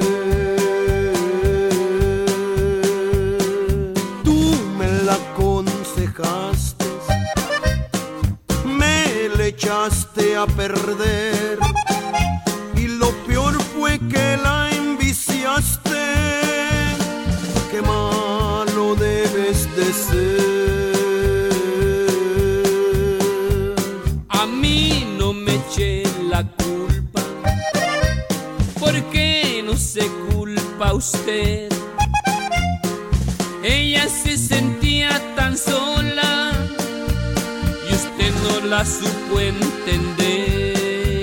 Me le echaste a perder y lo peor fue que la enviciaste. Qué malo debes de ser. A mí no me eché la culpa, ¿por qué no se culpa usted? Ella se sentía tan sola y usted no la supo entender.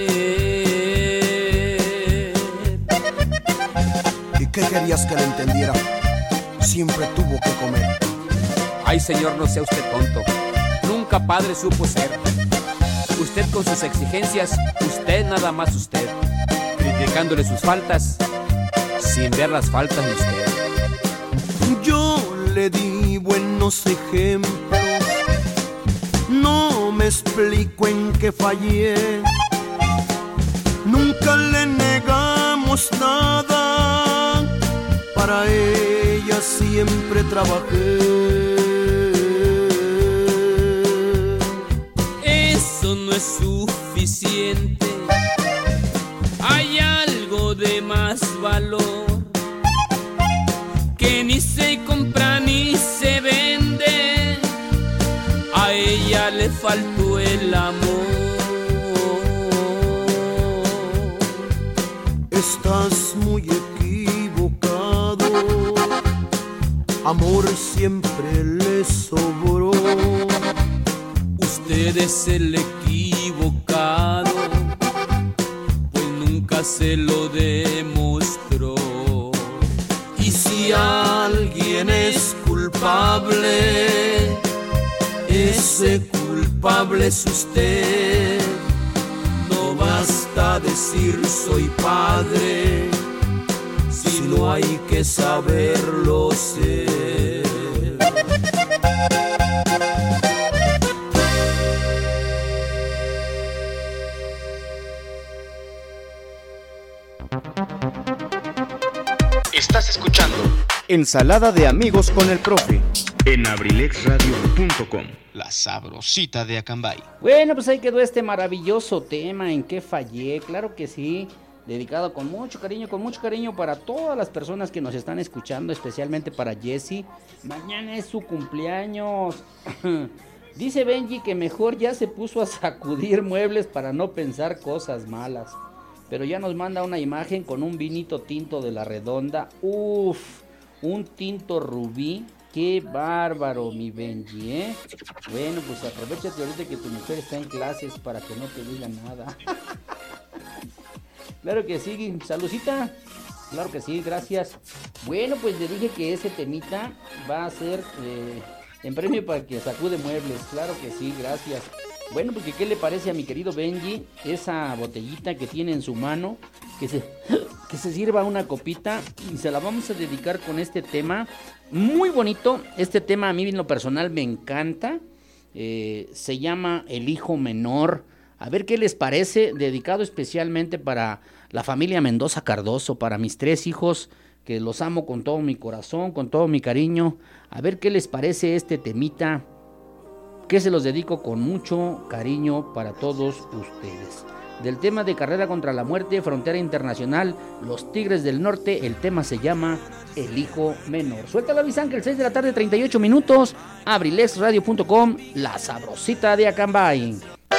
¿Y qué querías que le entendiera? Siempre tuvo que comer. Ay, señor, no sea usted tonto. Nunca padre supo ser. Usted con sus exigencias, usted nada más usted, criticándole sus faltas sin ver las faltas de usted. Yo le di buenos ejemplos, no me explico en qué fallé. Nunca le negamos nada para ella siempre trabajé. Eso no es suficiente, hay algo de más valor que ni se compra ni se vende. A ella le faltó el amor. Estás muy equivocado, amor siempre le sobró. Usted es el equivocado, pues nunca se lo demostró. Y si alguien es culpable, ese culpable es usted. No basta decir soy padre, sino hay que saberlo ser. Estás escuchando Ensalada de Amigos con el Profe en abrileix radio punto com, la sabrosita de Acambay. Bueno, pues ahí quedó este maravilloso tema, ¿en qué fallé? Claro que sí, dedicado con mucho cariño, con mucho cariño para todas las personas que nos están escuchando, especialmente para Jessie. Mañana es su cumpleaños. Dice Benji que mejor ya se puso a sacudir muebles para no pensar cosas malas. Pero ya nos manda una imagen con un vinito tinto de La Redonda. Uf, un tinto rubí. Qué bárbaro, mi Benji, ¿eh? Bueno, pues aprovechate ahorita que tu mujer está en clases para que no te diga nada. Claro que sí, saludcita. Claro que sí, gracias. Bueno, pues le dije que ese temita va a ser eh, en premio para que sacude muebles. Claro que sí, gracias. Bueno, pues ¿qué le parece a mi querido Benji esa botellita que tiene en su mano? Que se, que se sirva una copita y se la vamos a dedicar con este tema muy bonito. Este tema a mí en lo personal me encanta. Eh, se llama El Hijo Menor. A ver qué les parece, dedicado especialmente para la familia Mendoza Cardoso, para mis tres hijos, que los amo con todo mi corazón, con todo mi cariño. A ver qué les parece este temita, que se los dedico con mucho cariño para todos ustedes. Del tema de Carrera contra la Muerte, Frontera Internacional, Los Tigres del Norte, el tema se llama El Hijo Menor. Suelta la Ángel, seis de la tarde, treinta y ocho minutos, abrileix radio punto com, la sabrosita de Acambay.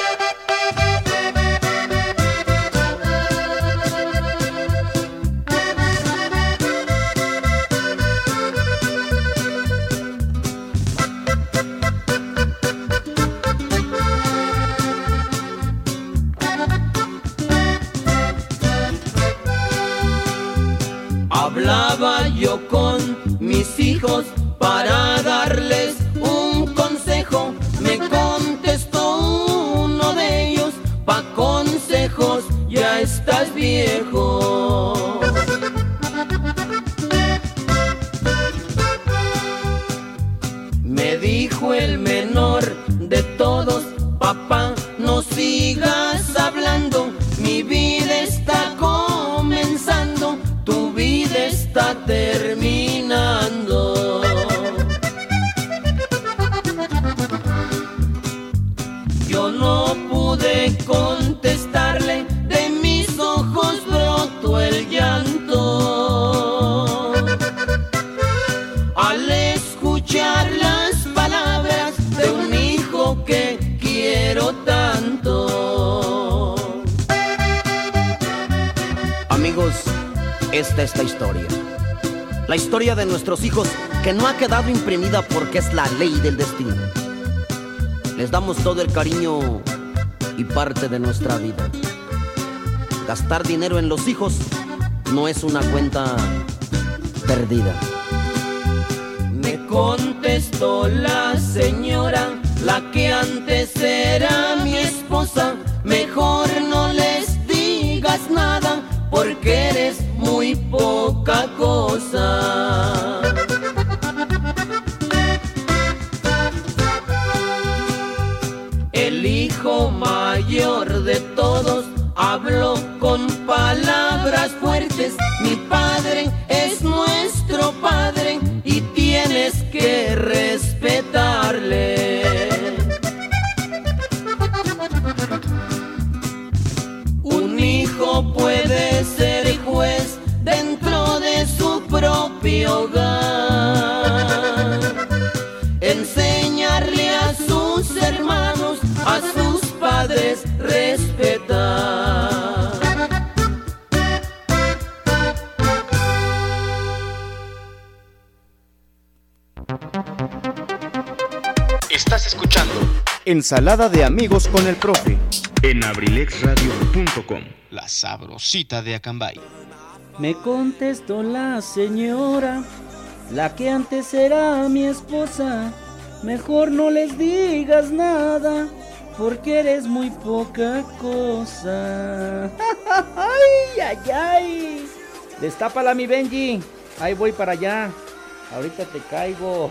Hablaba yo con mis hijos para darles un consejo. Me contestó uno de ellos, pa' consejos ya estás viejo. Me dijo el menor de todos, papá, no sigas hablando, mi vida está comenzando, tu vida está terminando. Yo no pude contestarle, de mis ojos brotó el llanto. Al escuchar las palabras de un hijo que quiero tanto. Amigos, esta es la historia. La historia de nuestros hijos que no ha quedado imprimida porque es la ley del destino. Les damos todo el cariño y parte de nuestra vida. Gastar dinero en los hijos no es una cuenta perdida. Me contestó la señora, la que antes era mi esposa, mejor no les digas nada porque eres muy poca cosa. El hijo mayor de todos habló con palabras fuertes, mi padre es nuestro Estás escuchando Ensalada de Amigos con el Profe en abrilexradio punto com, la sabrosita de Acambay. Me contestó la señora, la que antes era mi esposa. Mejor no les digas nada, porque eres muy poca cosa. ¡Ay, ay, ay! Destápala, mi Benji. Ahí voy para allá. Ahorita te caigo.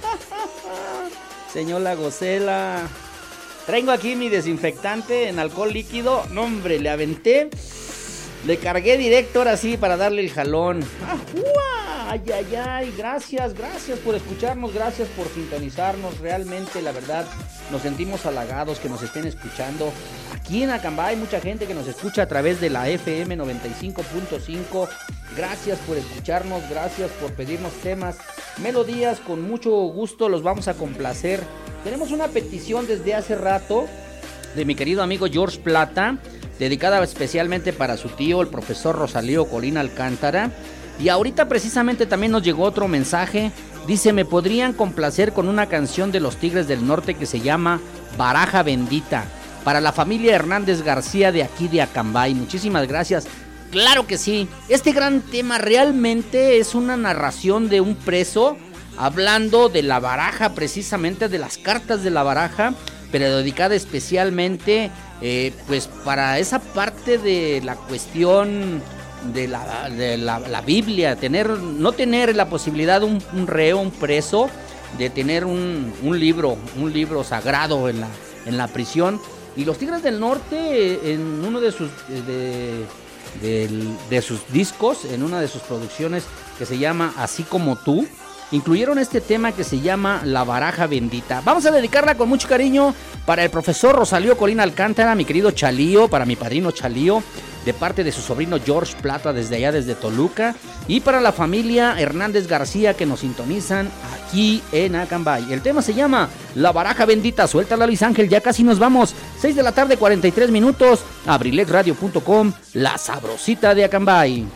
Señor La Gocela. Traigo aquí mi desinfectante en alcohol líquido. No, hombre, le aventé. Le cargué directo ahora sí para darle el jalón. ¡Ay, ay, ay! Gracias, gracias por escucharnos, gracias por sintonizarnos. Realmente, la verdad, nos sentimos halagados que nos estén escuchando. Aquí en Acambay hay mucha gente que nos escucha a través de la F M noventa y cinco punto cinco. Gracias por escucharnos, gracias por pedirnos temas, melodías. Con mucho gusto los vamos a complacer. Tenemos una petición desde hace rato de mi querido amigo George Plata, dedicada especialmente para su tío, el profesor Rosalío Colín Alcántara. Y ahorita precisamente también nos llegó otro mensaje. Dice, ¿me podrían complacer con una canción de los Tigres del Norte que se llama Baraja Bendita? Para la familia Hernández García de aquí de Acambay. Muchísimas gracias. Claro que sí. Este gran tema realmente es una narración de un preso hablando de la baraja, precisamente de las cartas de la baraja, pero dedicada especialmente eh, pues para esa parte de la cuestión de la, de la, la Biblia, tener, no tener la posibilidad de un, un reo, un preso, de tener un, un libro, un libro sagrado en la, en la prisión. Y los Tigres del Norte, en uno de sus de, de, de sus discos, en una de sus producciones que se llama Así Como Tú, incluyeron este tema que se llama La Baraja Bendita. Vamos a dedicarla con mucho cariño para el profesor Rosalío Colín Alcántara, mi querido Chalío, para mi padrino Chalío, de parte de su sobrino George Plata desde allá, desde Toluca, y para la familia Hernández García que nos sintonizan aquí en Acambay. El tema se llama La Baraja Bendita. Suéltala, Luis Ángel, ya casi nos vamos. seis de la tarde, cuarenta y tres minutos, abrilexradio punto com, la sabrosita de Acambay.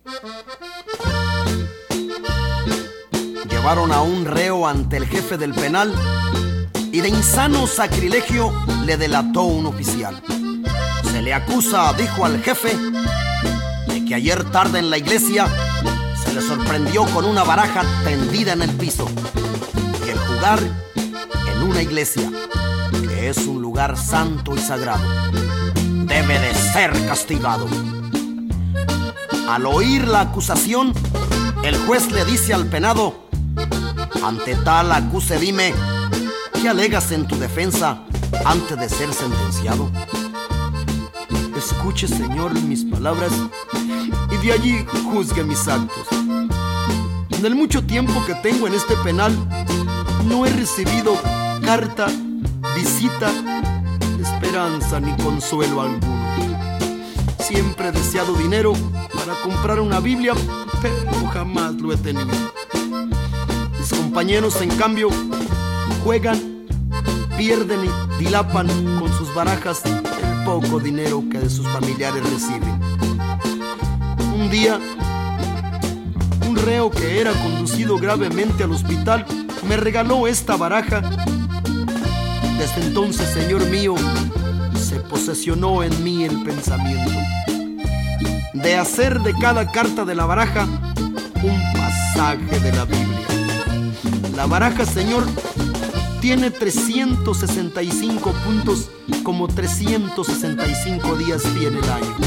Llevaron a un reo ante el jefe del penal y de insano sacrilegio le delató un oficial. Se le acusa, dijo al jefe, de que ayer tarde en la iglesia se le sorprendió con una baraja tendida en el piso. Y el jugar en una iglesia, que es un lugar santo y sagrado, debe de ser castigado. Al oír la acusación, el juez le dice al penado: ante tal acuse, dime, ¿qué alegas en tu defensa antes de ser sentenciado? Escuche, señor, mis palabras y de allí juzgue mis actos. En el mucho tiempo que tengo en este penal, no he recibido carta, visita, esperanza ni consuelo alguno. Siempre he deseado dinero para comprar una Biblia, pero jamás lo he tenido. Mis compañeros, en cambio, juegan, pierden y dilapan con sus barajas el poco dinero que de sus familiares reciben. Un día, un reo que era conducido gravemente al hospital me regaló esta baraja. Desde entonces, señor mío, se posesionó en mí el pensamiento de hacer de cada carta de la baraja un pasaje de la Biblia. La baraja, señor, tiene trescientos sesenta y cinco puntos, como trescientos sesenta y cinco días tiene el año.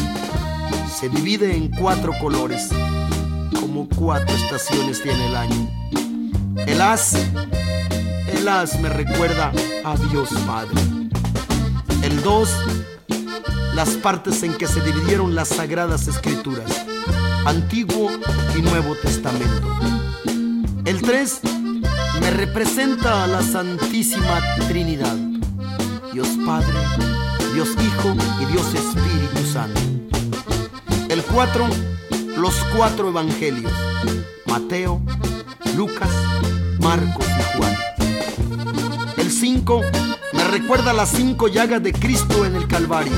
Se divide en cuatro colores, como cuatro estaciones tiene el año. El haz, el haz me recuerda a Dios Padre. El dos, las partes en que se dividieron las Sagradas Escrituras, Antiguo y Nuevo Testamento. El tres me representa a la Santísima Trinidad, Dios Padre, Dios Hijo y Dios Espíritu Santo. El cuatro, los cuatro evangelios, Mateo, Lucas, Marcos y Juan. El cinco me recuerda las cinco llagas de Cristo en el Calvario.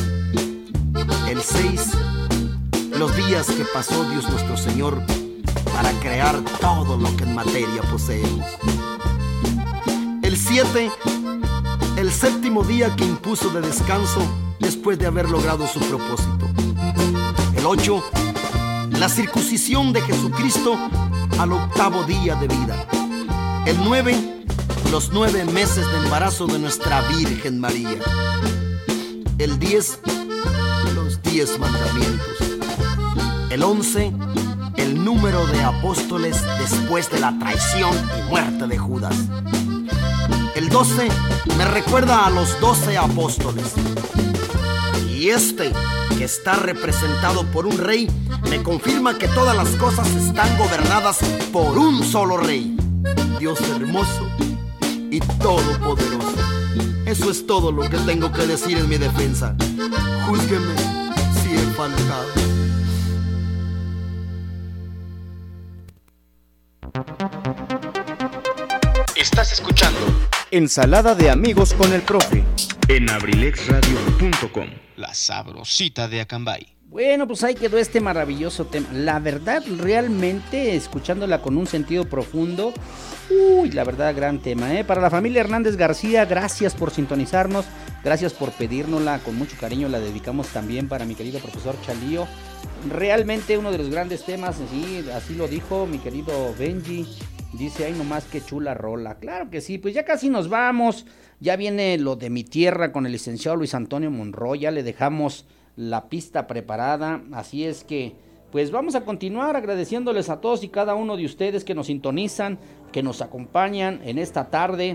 El seis, los días que pasó Dios nuestro Señor para crear todo lo que en materia poseemos. El El siete, el séptimo día que impuso de descanso después de haber logrado su propósito. El ocho, la circuncisión de Jesucristo al octavo día de vida. El nueve, los nueve meses de embarazo de nuestra Virgen María. El diez, los diez mandamientos. El once, el número de apóstoles después de la traición y muerte de Judas. El doce me recuerda a los doce apóstoles. Y este, que está representado por un rey, me confirma que todas las cosas están gobernadas por un solo rey, Dios hermoso y todopoderoso. Eso es todo lo que tengo que decir en mi defensa. Júzgueme si he faltado. Estás escuchando Ensalada de Amigos con el Profe en abrilexradio punto com, la sabrosita de Acambay. Bueno, pues ahí quedó este maravilloso tema. La verdad, realmente, escuchándola con un sentido profundo, uy, la verdad, gran tema, ¿eh? Para la familia Hernández García, gracias por sintonizarnos, gracias por pedírnosla, con mucho cariño la dedicamos también para mi querido profesor Chalío. Realmente uno de los grandes temas, sí, así lo dijo mi querido Benji. Dice, ay nomás qué chula rola. Claro que sí, pues ya casi nos vamos. Ya viene lo de Mi Tierra con el licenciado Luis Antonio Monroy. Ya le dejamos la pista preparada. Así es que, pues vamos a continuar agradeciéndoles a todos y cada uno de ustedes que nos sintonizan, que nos acompañan en esta tarde.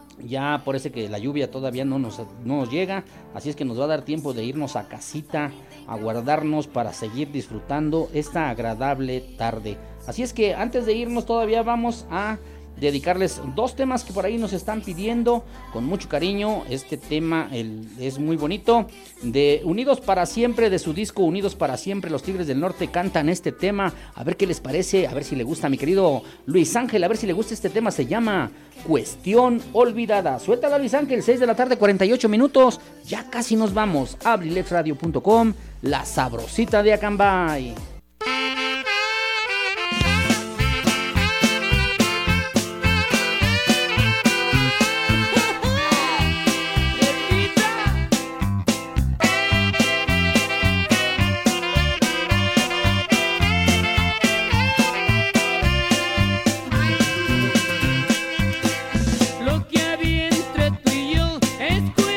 Ya parece que la lluvia todavía no nos, no nos llega, así es que nos va a dar tiempo de irnos a casita, a guardarnos para seguir disfrutando esta agradable tarde. Así es que antes de irnos todavía vamos a dedicarles dos temas que por ahí nos están pidiendo con mucho cariño. Este tema el, es muy bonito, de Unidos para Siempre, de su disco Unidos para Siempre. Los Tigres del Norte cantan este tema, a ver qué les parece, a ver si le gusta a mi querido Luis Ángel, a ver si le gusta este tema. Se llama Cuestión Olvidada. Suéltala, Luis Ángel, seis de la tarde, cuarenta y ocho minutos, ya casi nos vamos. abrilexradio punto com, la sabrosita de Acambay.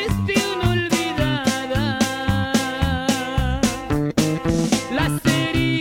Las heridas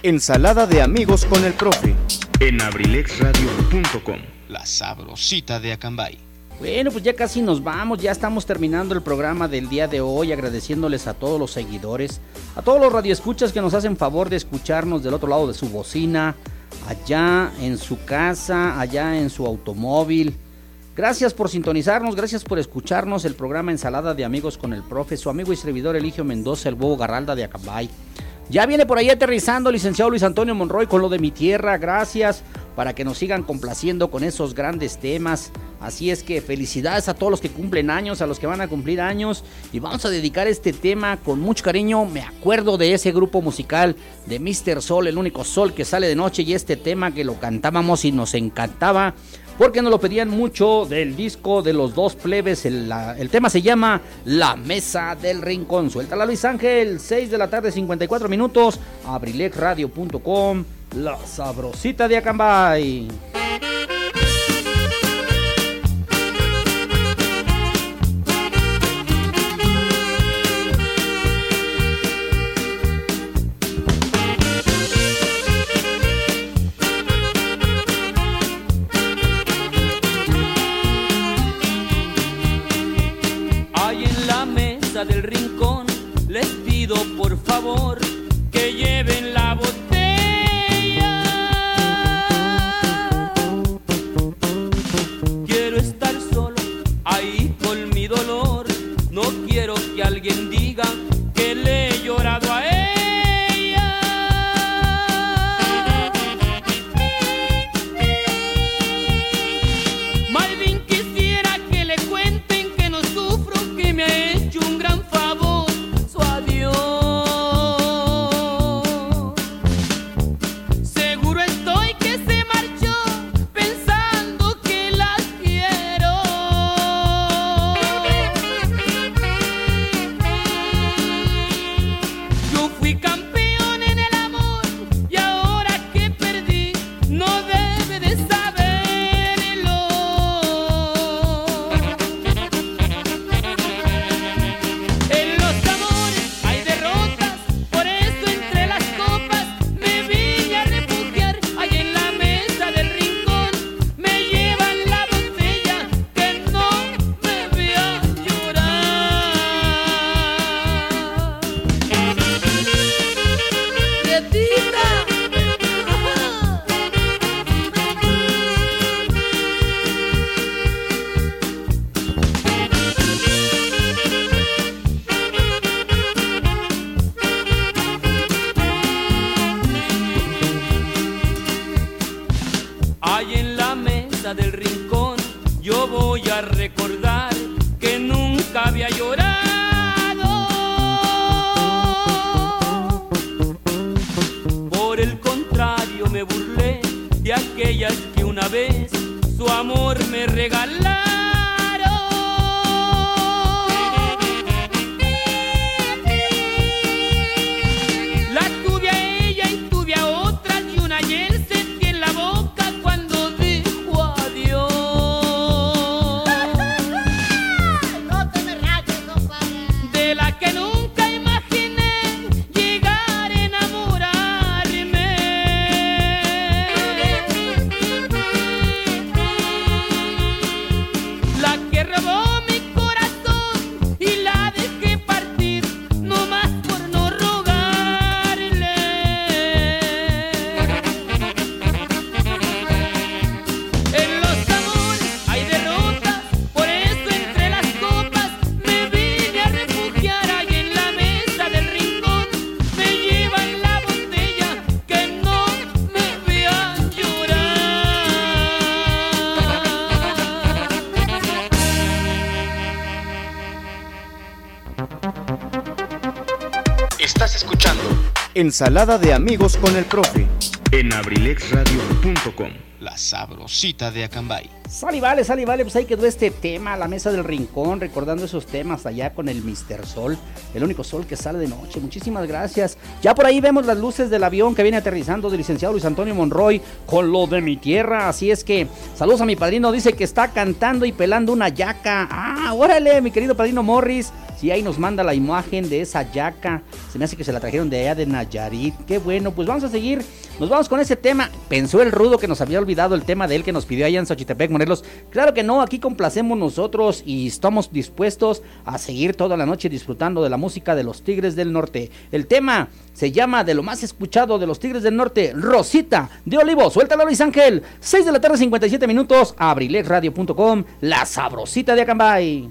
Ensalada de amigos con el profe en abrilex radio punto com, la sabrosita de Acambay. Bueno, pues ya casi nos vamos, ya estamos terminando el programa del día de hoy, agradeciéndoles a todos los seguidores, a todos los radioescuchas que nos hacen favor de escucharnos del otro lado de su bocina, allá en su casa, allá en su automóvil. Gracias por sintonizarnos, gracias por escucharnos el programa Ensalada de Amigos con el Profe, su amigo y servidor Eligio Mendoza, el Bobo Garralda de Acambay. Ya viene por ahí aterrizando el licenciado Luis Antonio Monroy con lo de mi tierra, gracias, para que nos sigan complaciendo con esos grandes temas. Así es que felicidades a todos los que cumplen años, a los que van a cumplir años, y vamos a dedicar este tema con mucho cariño. Me acuerdo de ese grupo musical de míster Sol, el único sol que sale de noche, y este tema que lo cantábamos y nos encantaba, porque nos lo pedían mucho del disco de los dos plebes. El, la, el tema se llama La Mesa del Rincón. Suéltala, Luis Ángel, seis de la tarde, cincuenta y cuatro minutos, abrilex radio punto com, la sabrosita de Acambay. Del rincón, les pido por favor que lleven la botella. Quiero estar solo ahí con mi dolor, no quiero que alguien diga que le he llorado a ella. Más bien quisiera que le cuenten que no sufro, que me ha hecho un gran favor su adiós. Seguro estoy que se marchó pensando que la quiero. Yo fui campeón en el amor y ahora que perdí no debe de saberlo. En los amores hay derrotas, por eso entre las copas me vine a refugiar. Ahí en la mesa del rincón me llevan la botella que no me vea llorar. ¡Quietita! Ahí en la mesa del rincón yo voy a recordar que nunca había llorado. Por el contrario me burlé de aquellas que una vez su amor me regalaron. La tuve a ella y tuve a otras y una ayer sentí en la boca cuando dijo adiós. No te me rajes, compadre. De la que nunca imaginé llegar a enamorarme. La que robó mi corazón y la dejé partir nomás por no rogarle. En los amores hay derrotas, por eso entre las copas me vine a refugiar. Ahí en la mesa del rincón me llevan la botella que no me vean llorar. Estás escuchando Ensalada de Amigos con el Profe en abrilex radio punto com, la sabrosita de Acambay. Sale y vale, sale y vale, pues ahí quedó este tema, la mesa del rincón, recordando esos temas allá con el mister Sol, el único sol que sale de noche. Muchísimas gracias. Ya por ahí vemos las luces del avión que viene aterrizando del licenciado Luis Antonio Monroy con lo de mi tierra. Así es que, saludos a mi padrino, dice que está cantando y pelando una yaca. Ah, órale, mi querido padrino Morris. Sí, ahí nos manda la imagen de esa yaca. Se me hace que se la trajeron de allá de Nayarit. Qué bueno, pues vamos a seguir. Nos vamos con ese tema. Pensó el Rudo que nos había olvidado el tema de él que nos pidió allá en Xochitepec, Morelos. Claro que no, aquí complacemos nosotros y estamos dispuestos a seguir toda la noche disfrutando de la música de los Tigres del Norte. El tema se llama de lo más escuchado de los Tigres del Norte, Rosita de Olivo. Suéltalo, Luis Ángel. seis de la tarde, cincuenta y siete minutos. abrilex radio punto com, la sabrosita de Acambay.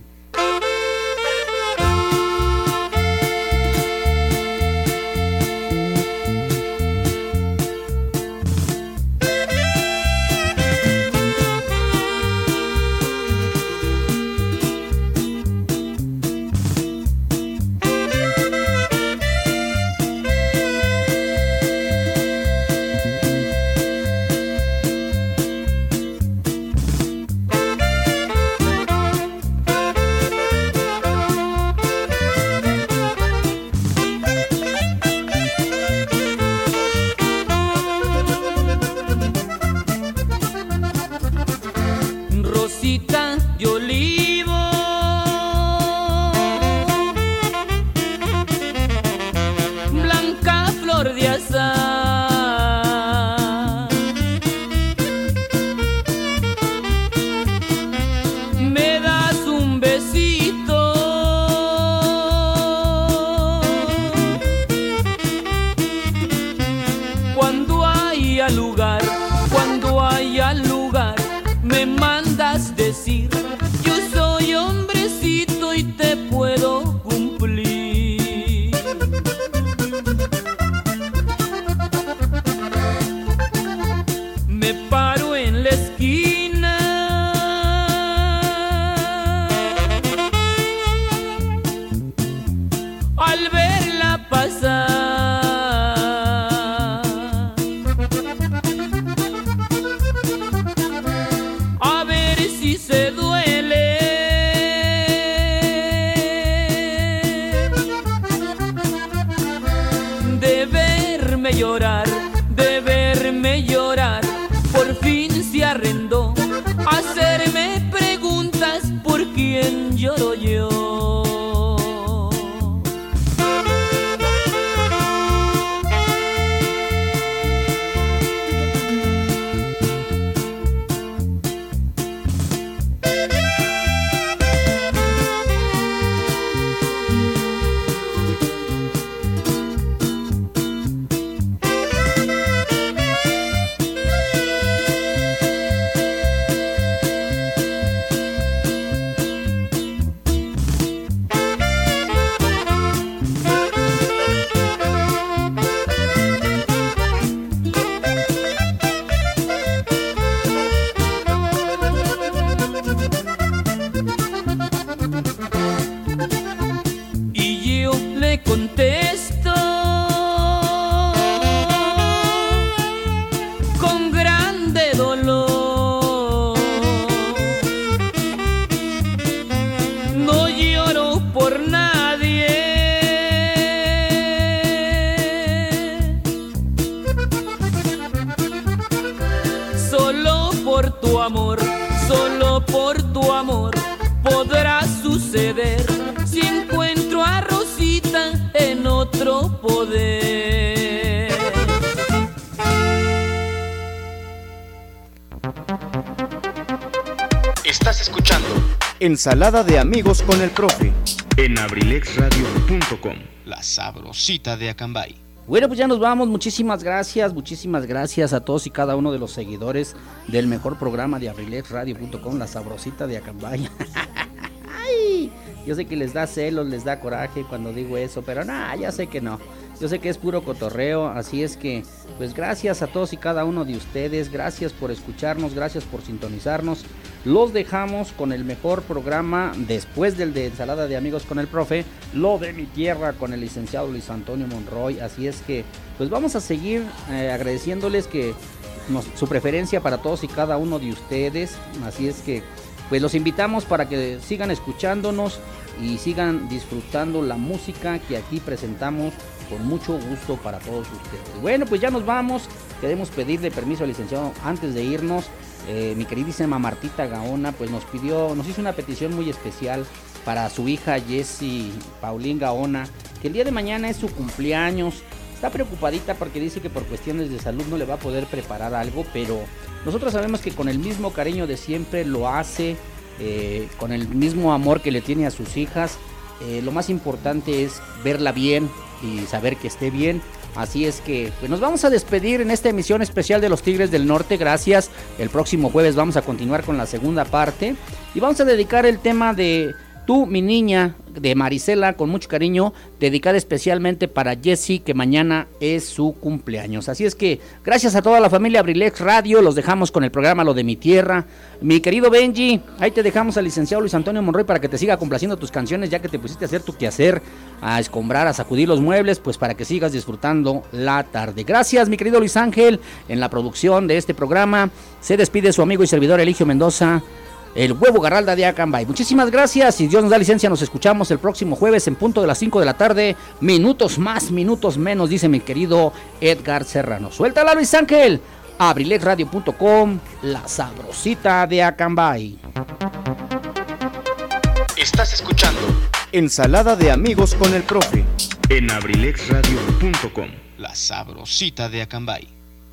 Ensalada de amigos con el profe en abrilex radio punto com, la sabrosita de Acambay. Bueno, pues ya nos vamos. Muchísimas gracias, muchísimas gracias a todos y cada uno de los seguidores del mejor programa de abrilex radio punto com, la sabrosita de Acambay. Ay, yo sé que les da celos, les da coraje cuando digo eso, pero nada, ya sé que no. Yo sé que es puro cotorreo, así es que, pues gracias a todos y cada uno de ustedes, gracias por escucharnos, gracias por sintonizarnos. Los dejamos con el mejor programa después del de Ensalada de Amigos con el Profe, Lo de mi Tierra con el licenciado Luis Antonio Monroy. Así es que, pues vamos a seguir eh, agradeciéndoles que nos, su preferencia para todos y cada uno de ustedes. Así es que pues los invitamos para que sigan escuchándonos y sigan disfrutando la música que aquí presentamos con mucho gusto para todos ustedes. Bueno, pues ya nos vamos. Queremos pedirle permiso al licenciado antes de irnos. Eh, mi queridísima Martita Gaona pues nos pidió, nos hizo una petición muy especial para su hija Jessie Paulín Gaona, que el día de mañana es su cumpleaños. Está preocupadita porque dice que por cuestiones de salud no le va a poder preparar algo, pero nosotros sabemos que con el mismo cariño de siempre lo hace, eh, con el mismo amor que le tiene a sus hijas. Eh, lo más importante es verla bien y saber que esté bien. Así es que pues nos vamos a despedir en esta emisión especial de los Tigres del Norte. Gracias. El próximo jueves vamos a continuar con la segunda parte y vamos a dedicar el tema de Tú, mi niña, de Marisela, con mucho cariño, dedicada especialmente para Jessie, que mañana es su cumpleaños. Así es que gracias a toda la familia Abrilex Radio, los dejamos con el programa Lo de mi Tierra. Mi querido Benji, ahí te dejamos al licenciado Luis Antonio Monroy para que te siga complaciendo tus canciones, ya que te pusiste a hacer tu quehacer, a escombrar, a sacudir los muebles, pues para que sigas disfrutando la tarde. Gracias, mi querido Luis Ángel, en la producción de este programa. Se despide su amigo y servidor Eligio Mendoza, el Huevo Garralda de Acambay. Muchísimas gracias. Si Dios nos da licencia, nos escuchamos el próximo jueves en punto de las cinco de la tarde. Minutos más, minutos menos, dice mi querido Edgar Serrano. Suéltala, Luis Ángel. abrilex radio punto com, la sabrosita de Acambay. Estás escuchando Ensalada de Amigos con el Profe en abrilex radio punto com, la sabrosita de Acambay.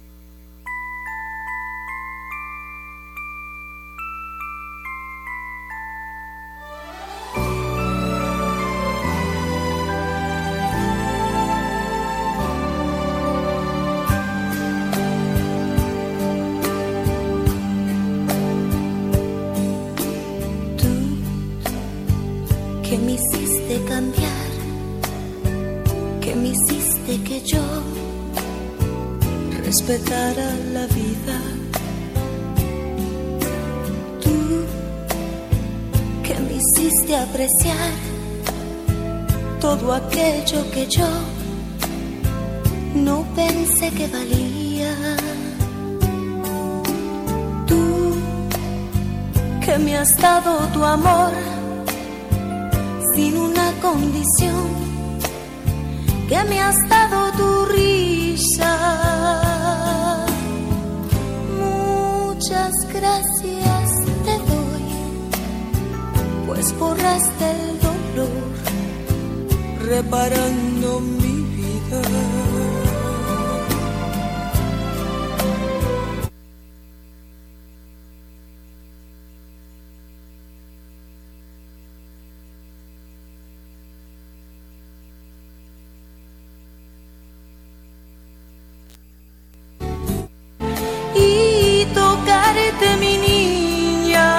Que me hiciste cambiar, que me hiciste que yo respetara la vida. Tú que me hiciste apreciar todo aquello que yo no pensé que valía. Tú que me has dado tu amor sin una condición, que me has dado tu risa. Muchas gracias te doy, pues borraste el dolor, reparando mi vida. Tocarte, mi niña,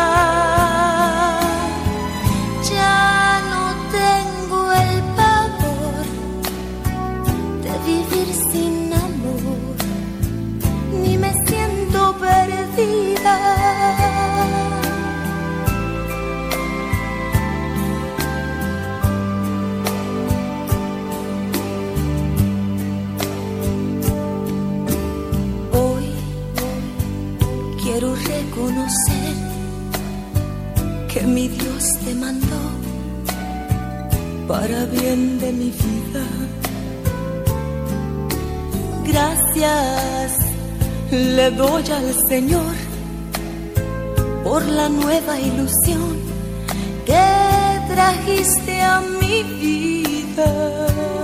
ya no tengo el pavor de vivir sin amor, ni me siento perdida. Quiero reconocer que mi Dios te mandó para bien de mi vida. Gracias le doy al Señor por la nueva ilusión que trajiste a mi vida.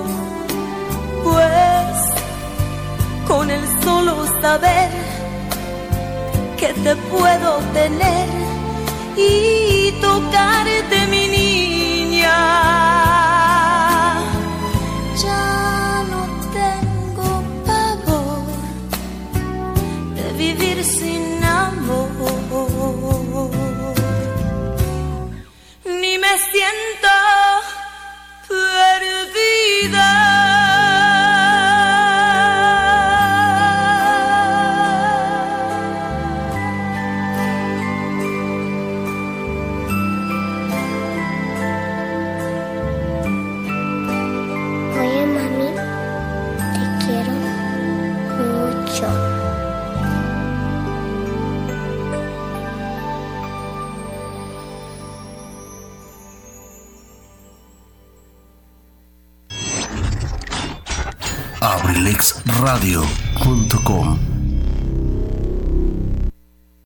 Pues con el solo saber que te puedo tener y tocarte, mi niña, ya no tengo pavor de vivir sin amor, ni me siento perdida. abrilexradio punto com.